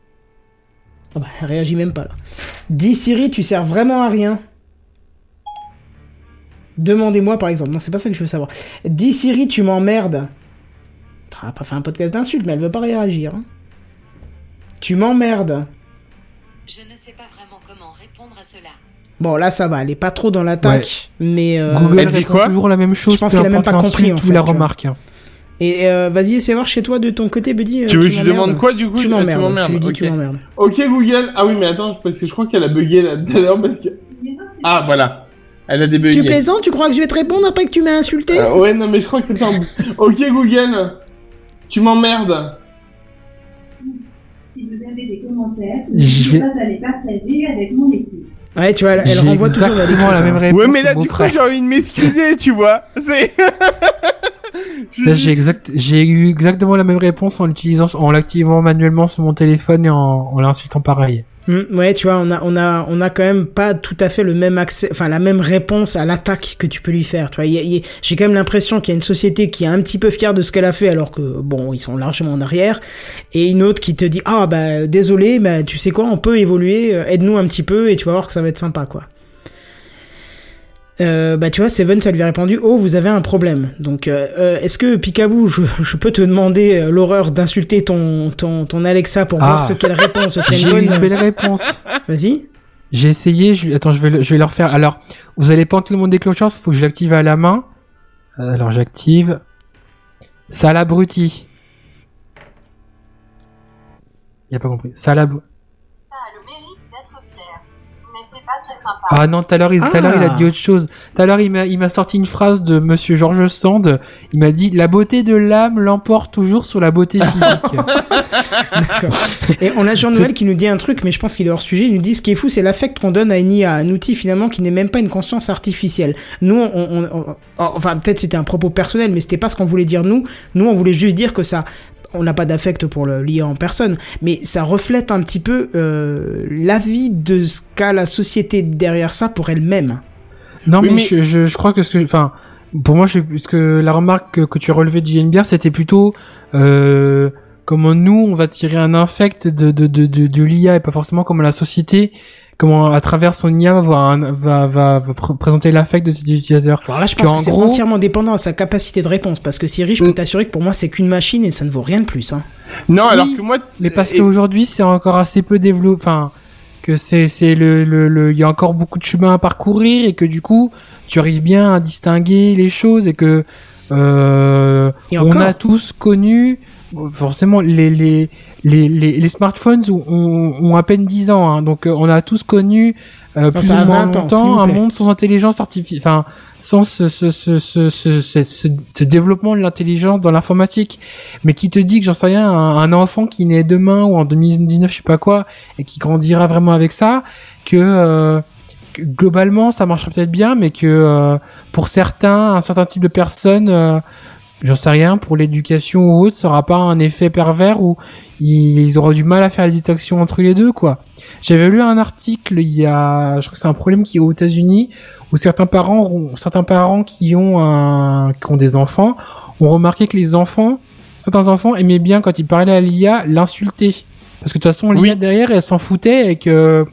Ah bah, elle réagit même pas là. Dis Siri, tu sers vraiment à rien. Demandez-moi par exemple. Non, c'est pas ça que je veux savoir. Dis Siri, tu m'emmerdes. On va pas faire un podcast d'insultes, mais elle veut pas réagir. Hein. Tu m'emmerdes. Je ne sais pas vraiment comment répondre à cela. Bon, là ça va, elle est pas trop dans l'attaque, mais Google elle dit quoi? Toujours la même chose. Je pense qu'elle a même pas compris en fait. La remarque. Et vas-y, essaie voir chez toi de ton côté, Buddy. Tu veux que je demande quoi du coup? Tu m'emmerdes. Tu lui dis tu m'emmerdes. Ok Google. Ah oui, mais attends, parce que je crois qu'elle a bugué là tout à l'heure parce que. Ah voilà. Elle a débugué. Tu plaisantes? Tu crois que je vais te répondre après que tu m'as insulté? Ouais, non, mais je crois que c'est ça. Ok Google. Tu m'emmerdes. Si vous avez des commentaires, n'hésitez pas à les partager avec mon équipe. Ouais, tu vois, elle renvoie toujours la même réponse. Ouais, mais là, du coup, j'ai envie de m'excuser, tu vois. C'est... Là, j'ai eu exactement la même réponse en l'activant manuellement sur mon téléphone et en l'insultant pareil. Ouais, tu vois, on a quand même pas tout à fait le même accès, enfin la même réponse à l'attaque que tu peux lui faire. Tu vois, j'ai quand même l'impression qu'il y a une société qui est un petit peu fière de ce qu'elle a fait, alors que bon, ils sont largement en arrière, et une autre qui te dit désolé, tu sais quoi, on peut évoluer, aide-nous un petit peu et tu vas voir que ça va être sympa, quoi. Tu vois, Seven, ça lui a répondu, vous avez un problème. Donc, est-ce que, Picaboo, je peux te demander l'horreur d'insulter ton Alexa pour voir ce qu'elle répond, ce serait j'ai une belle réponse. Vas-y. J'ai essayé, je vais le refaire. Alors, vous allez pas entendre le monde des clochards, faut que je l'active à la main. Alors, j'active. Sale abruti. Il a pas compris. Ça a le mérite d'être clair, mais c'est pas très sympa. Ah non, tout à l'heure il a dit autre chose. Tout à l'heure il m'a sorti une phrase de Monsieur Georges Sand. Il m'a dit la beauté de l'âme l'emporte toujours sur la beauté physique. D'accord. Et on a Jean-Noël qui nous dit un truc, mais je pense qu'il est hors sujet. Il nous dit ce qui est fou, c'est l'affect qu'on donne à une IA, un outil finalement qui n'est même pas une conscience artificielle. Nous, enfin peut-être c'était un propos personnel, mais c'était pas ce qu'on voulait dire nous. Nous, on voulait juste dire que ça. On n'a pas d'affect pour l'IA en personne, mais ça reflète un petit peu l'avis de ce qu'a la société derrière ça pour elle-même. Non, oui, mais je crois que pour moi, la remarque que tu as relevée de JNBR, c'était plutôt comment nous on va tirer un affect de l'IA et pas forcément comment la société. Comment à travers son IA va présenter l'affect de ses utilisateurs. Alors là, je pense que c'est entièrement dépendant à sa capacité de réponse, parce que Siri, je peux t'assurer que pour moi, c'est qu'une machine et ça ne vaut rien de plus. Hein. Non, alors que moi, mais parce qu'aujourd'hui, c'est encore assez peu développé. Enfin, que c'est il y a encore beaucoup de chemin à parcourir et que du coup, tu arrives bien à distinguer les choses et que on a tous connu forcément les smartphones ont à peine 10 ans, hein, donc on a tous connu plus ou moins longtemps un monde sans intelligence artificielle, enfin sans ce développement de l'intelligence dans l'informatique. Mais qui te dit que, j'en sais rien, un enfant qui naît demain ou en 2019 je sais pas quoi et qui grandira vraiment avec ça, que globalement ça marchera peut-être bien, mais que pour un certain type de personnes, j'en sais rien, pour l'éducation ou autre, ça aura pas un effet pervers où ils auront du mal à faire la distinction entre les deux, quoi. J'avais lu un article, je crois que c'est un problème qui est aux États-Unis, où certains parents qui ont des enfants, ont remarqué que certains enfants aimaient bien quand ils parlaient à l'IA, l'insulter. Parce que de toute façon, l'IA derrière, elle s'en foutait et que,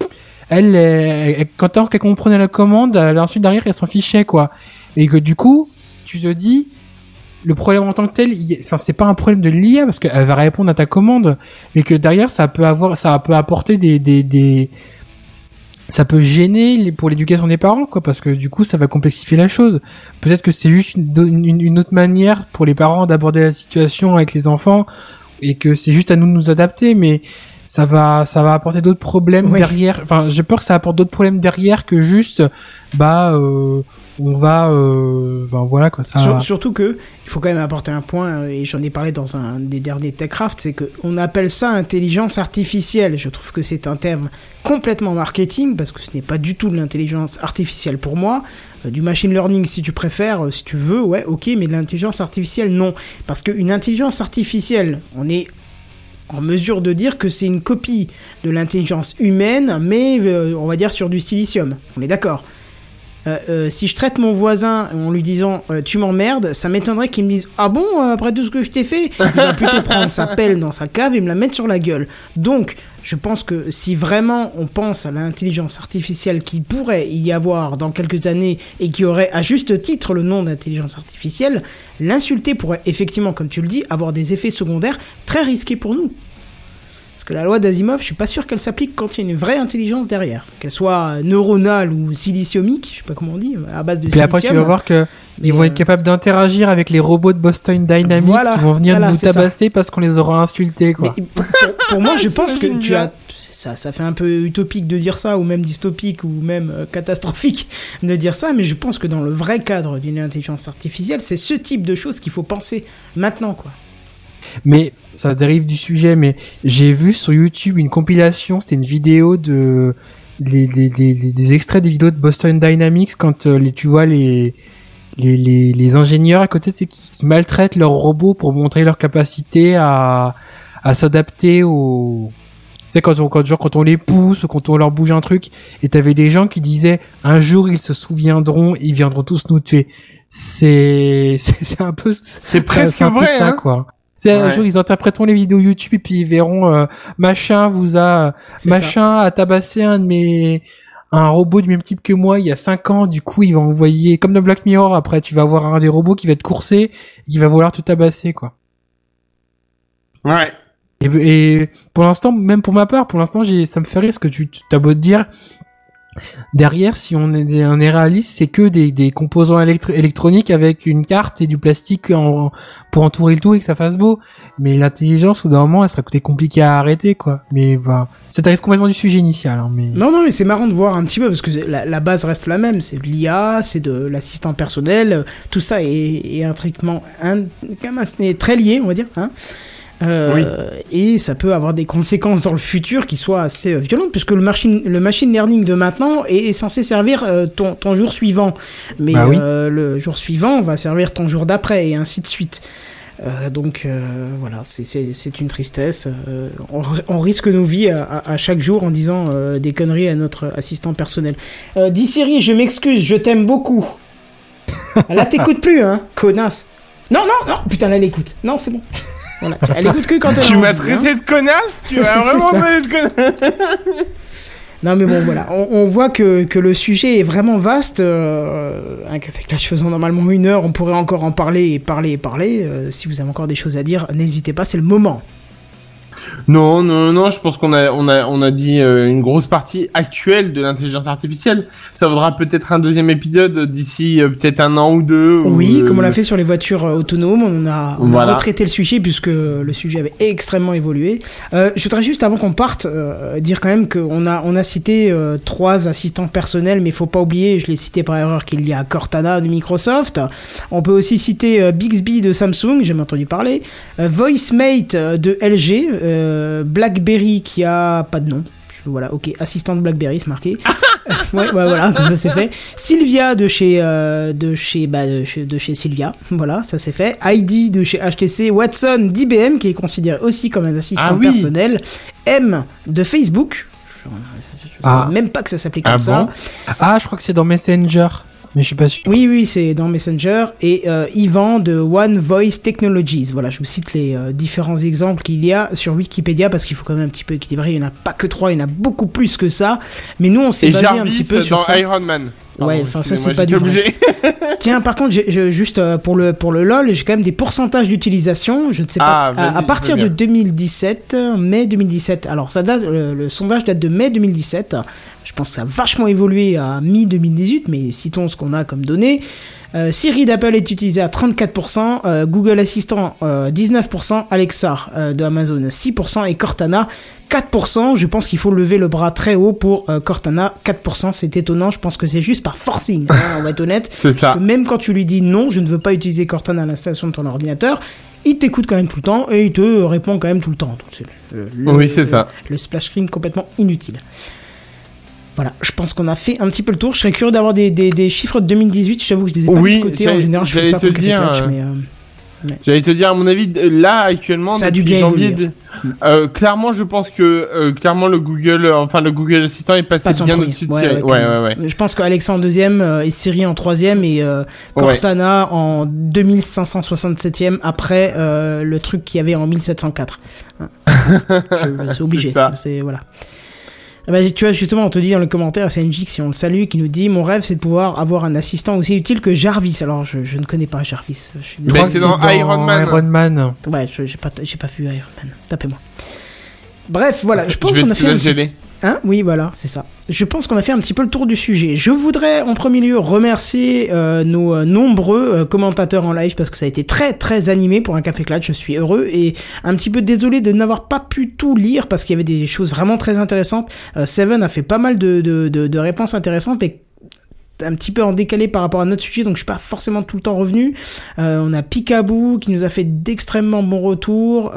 quand elle comprenait la commande, l'insulte derrière, elle s'en fichait, quoi. Et que du coup, tu te dis, le problème en tant que tel, c'est pas un problème de l'IA parce qu'elle va répondre à ta commande, mais que derrière ça peut apporter ça peut gêner pour l'éducation des parents, quoi, parce que du coup ça va complexifier la chose. Peut-être que c'est juste une autre manière pour les parents d'aborder la situation avec les enfants et que c'est juste à nous de nous adapter, mais ça va apporter d'autres problèmes derrière. Enfin, j'ai peur que ça apporte d'autres problèmes derrière que juste on va voilà quoi, ça. Surtout que il faut quand même apporter un point, et j'en ai parlé dans un des derniers TechCraft, c'est que on appelle ça intelligence artificielle. Je trouve que c'est un terme complètement marketing, parce que ce n'est pas du tout de l'intelligence artificielle pour moi. Du machine learning si tu préfères, si tu veux, ouais, ok, mais de l'intelligence artificielle non, parce qu'une intelligence artificielle, on est en mesure de dire que c'est une copie de l'intelligence humaine, mais on va dire sur du silicium. On est d'accord. Si je traite mon voisin en lui disant tu m'emmerdes, ça m'étonnerait qu'il me dise ah bon, après tout ce que je t'ai fait. Il va plutôt prendre sa pelle dans sa cave et me la mettre sur la gueule. Donc je pense que si vraiment on pense à l'intelligence artificielle qui pourrait y avoir dans quelques années et qui aurait à juste titre le nom d'intelligence artificielle, l'insulter pourrait effectivement, comme tu le dis, avoir des effets secondaires très risqués pour nous. Parce que la loi d'Asimov, je suis pas sûr qu'elle s'applique quand il y a une vraie intelligence derrière. Qu'elle soit neuronale ou siliciumique, je sais pas comment on dit, à base de silicium. Puis après, tu vas voir que ils vont être capables d'interagir avec les robots de Boston Dynamics qui vont venir nous tabasser parce qu'on les aura insultés, quoi. Mais pour moi, je pense que tu as... Ça fait un peu utopique de dire ça, ou même dystopique, ou même catastrophique de dire ça, mais je pense que dans le vrai cadre d'une intelligence artificielle, c'est ce type de choses qu'il faut penser maintenant, quoi. Mais ça dérive du sujet, mais j'ai vu sur YouTube une compilation, c'était une vidéo des extraits des vidéos de Boston Dynamics quand tu vois les les ingénieurs à côté, c'est qui maltraitent leurs robots pour montrer leur capacité à s'adapter au... Tu sais, quand on les pousse ou quand on leur bouge un truc, et t'avais des gens qui disaient un jour ils se souviendront, ils viendront tous nous tuer. C'est un peu, c'est presque un peu vrai, ça, hein. quoi. C'est un jour ils interpréteront les vidéos YouTube et puis ils verront machin a tabassé un robot du même type que moi il y a 5 ans, du coup il va envoyer, comme dans Black Mirror, après tu vas avoir un des robots qui va te courser et qui va vouloir te tabasser, quoi. Ouais. Et pour l'instant, même pour ma part, ça me fait rire ce que tu t'as beau te dire. Derrière, si on est réaliste, c'est que des composants électroniques avec une carte et du plastique pour entourer le tout et que ça fasse beau. Mais l'intelligence, au bout d'un moment, elle serait peut-être compliquée à arrêter, quoi. Mais bah, ça t'arrive complètement du sujet initial, hein, mais... Non, mais c'est marrant de voir un petit peu, parce que la base reste la même. C'est de l'IA, c'est de l'assistant personnel. Tout ça est intriquement, très lié, on va dire, hein. Oui. Et ça peut avoir des conséquences dans le futur qui soient assez violentes, puisque le machine learning de maintenant est censé servir ton jour suivant, mais bah oui. Le jour suivant va servir ton jour d'après, et ainsi de suite. Donc voilà, c'est une tristesse. On risque nos vies à chaque jour en disant des conneries à notre assistant personnel. Dis Siri, je m'excuse, je t'aime beaucoup. Là t'écoutes plus, hein, connasse. Non, putain, là elle écoute. Non, c'est bon. Voilà, elle écoute que quand elle Tu a m'as envie, traité hein. de connasse. Tu m'as vraiment traité de connasse. Non mais bon, voilà, on voit que le sujet est vraiment vaste. Un café clash faisant normalement 1 heure, on pourrait encore en parler et parler. Si vous avez encore des choses à dire, n'hésitez pas, c'est le moment. Non, je pense qu'on a dit une grosse partie actuelle de l'intelligence artificielle. Ça vaudra peut-être un deuxième épisode d'ici peut-être 1 an ou 2. Oui, comme on l'a fait sur les voitures autonomes, on a retraité le sujet puisque le sujet avait extrêmement évolué. Je voudrais juste, avant qu'on parte, dire quand même qu'on a cité 3 assistants personnels, mais il faut pas oublier, je l'ai cité par erreur, qu'il y a Cortana de Microsoft. On peut aussi citer Bixby de Samsung, j'ai jamais entendu parler, VoiceMate de LG, BlackBerry qui a pas de nom. Voilà, ok, assistant de BlackBerry, c'est marqué. Ouais, voilà, comme ça c'est fait. Sylvia de chez Sylvia, voilà, ça c'est fait. Heidi de chez HTC, Watson d'IBM qui est considéré aussi comme un assistant personnel, M de Facebook. Je savais même pas que ça s'appelait comme ça. Bon, je crois que c'est dans Messenger. Mais je suis pas sûr. Oui, c'est dans Messenger. Et Yvan de One Voice Technologies. Voilà, je vous cite les différents exemples qu'il y a sur Wikipédia parce qu'il faut quand même un petit peu équilibrer. Il n'y en a pas que 3, il y en a beaucoup plus que ça. Mais nous, on s'est basé Jarvis un petit peu sur ça. Iron Man. Ouais, enfin ça c'est pas du vrai. Tiens, par contre, juste pour le LOL, j'ai quand même des pourcentages d'utilisation. Je ne sais pas. À partir de 2017, mai 2017. Alors ça date, le sondage date de mai 2017. Je pense que ça a vachement évolué à mi-2018, mais citons ce qu'on a comme données. Siri d'Apple est utilisé à 34%, Google Assistant 19%, Alexa de Amazon 6% et Cortana 4%. Je pense qu'il faut lever le bras très haut pour Cortana. 4%, c'est étonnant. Je pense que c'est juste par forcing, hein, on va être honnête. C'est ça. Parce que même quand tu lui dis non, je ne veux pas utiliser Cortana à l'installation de ton ordinateur, il t'écoute quand même tout le temps et il te répond quand même tout le temps. Donc c'est c'est ça. Le splash screen complètement inutile. Voilà, je pense qu'on a fait un petit peu le tour. Je serais curieux d'avoir des chiffres de 2018. J'avoue que je les ai pas mis de côté. En général, je fais ça pour le Café Clutch, mais... J'allais te dire, à mon avis, là, actuellement, ça a dû bien évoluer. Clairement, je pense que clairement le Google Assistant est passé bien au-dessus de Siri. Ouais. Je pense qu'Alexa en 2e et Siri en 3e et Cortana en 2567e après le truc qu'il y avait en 1704. C'est obligé. C'est voilà. Bah, tu vois, justement, on te dit dans le commentaire, c'est NJ, si on le salue, qui nous dit: mon rêve, c'est de pouvoir avoir un assistant aussi utile que Jarvis. Alors, je ne connais pas Jarvis. Mais c'est dans Iron Man. Ouais, j'ai pas vu Iron Man. Tapez-moi. Bref, voilà, je pense qu'on a fait un petit... Hein ? Oui, voilà, c'est ça. Je pense qu'on a fait un petit peu le tour du sujet. Je voudrais en premier lieu remercier nos nombreux commentateurs en live parce que ça a été très très animé pour un Café Clutch. Je suis heureux et un petit peu désolé de n'avoir pas pu tout lire parce qu'il y avait des choses vraiment très intéressantes. Seven a fait pas mal de réponses intéressantes, mais un petit peu en décalé par rapport à notre sujet, donc je suis pas forcément tout le temps revenu. On a Picaboo qui nous a fait d'extrêmement bons retours.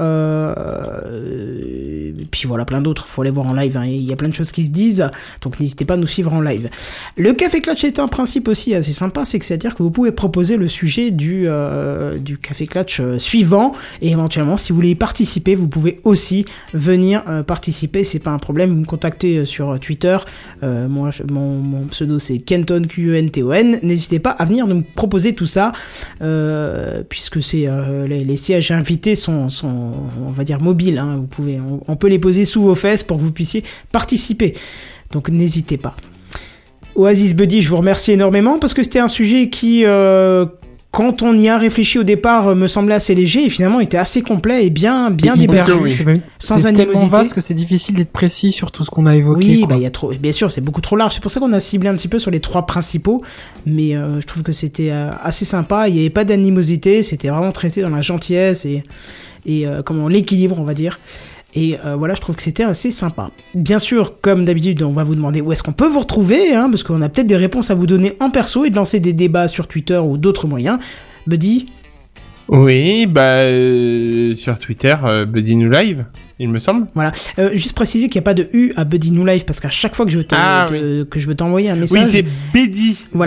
Et puis voilà, plein d'autres. Faut aller voir en live. Hein. Il y a plein de choses qui se disent, donc n'hésitez pas à nous suivre en live. Le Café Clutch est un principe aussi assez sympa, c'est-à-dire que vous pouvez proposer le sujet du Café Clutch suivant, et éventuellement, si vous voulez y participer, vous pouvez aussi venir participer. C'est pas un problème. Vous me contactez sur Twitter. Moi, mon pseudo c'est Kenton Qenton. N'hésitez pas à venir nous proposer tout ça, puisque c'est les sièges invités sont on va dire mobiles. Hein. Vous pouvez, on peut les poser sous vos fesses pour que vous puissiez participer. Donc n'hésitez pas. Oasis Buddy, je vous remercie énormément parce que c'était un sujet qui, quand on y a réfléchi au départ, me semblait assez léger et finalement était assez complet et bien débergé, sans animosité. C'est tellement vaste que c'est difficile d'être précis sur tout ce qu'on a évoqué. Oui, bah il y a trop. Bien sûr, c'est beaucoup trop large. C'est pour ça qu'on a ciblé un petit peu sur les 3 principaux, mais je trouve que c'était assez sympa. Il y avait pas d'animosité, c'était vraiment traité dans la gentillesse et comment l'équilibre, on va dire. Et voilà, je trouve que c'était assez sympa. Bien sûr, comme d'habitude, on va vous demander où est-ce qu'on peut vous retrouver, hein, parce qu'on a peut-être des réponses à vous donner en perso et de lancer des débats sur Twitter ou d'autres moyens. Buddy ? Oui, sur Twitter, Buddy New Live, il me semble. Voilà. Juste préciser qu'il n'y a pas de U à Buddy New Live parce qu'à chaque fois que je veux t'envoyer un message. Oui, c'est Buddy. Voilà,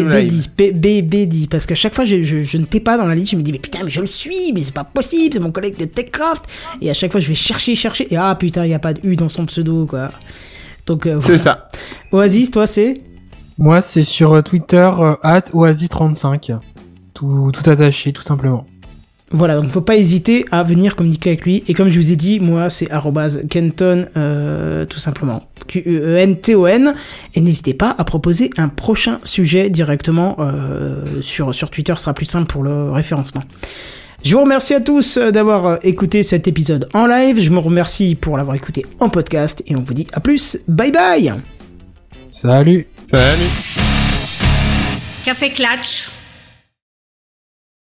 Buddy. Parce qu'à chaque fois, je ne t'ai pas dans la liste. Je me dis, mais putain, mais je le suis, mais c'est pas possible, c'est mon collègue de TechCraft. Et à chaque fois, je vais chercher. Et putain, il n'y a pas de U dans son pseudo, quoi. Donc, voilà. C'est ça. Oasis, toi, c'est? Moi, c'est sur Twitter, @Oasis35. Tout attaché, tout simplement. Voilà, donc faut pas hésiter à venir communiquer avec lui. Et comme je vous ai dit, moi c'est @Kenton, tout simplement. Qenton. Et n'hésitez pas à proposer un prochain sujet directement sur Twitter, ce sera plus simple pour le référencement. Je vous remercie à tous d'avoir écouté cet épisode en live. Je me remercie pour l'avoir écouté en podcast. Et on vous dit à plus. Bye bye. Salut. Salut. Café Clutch.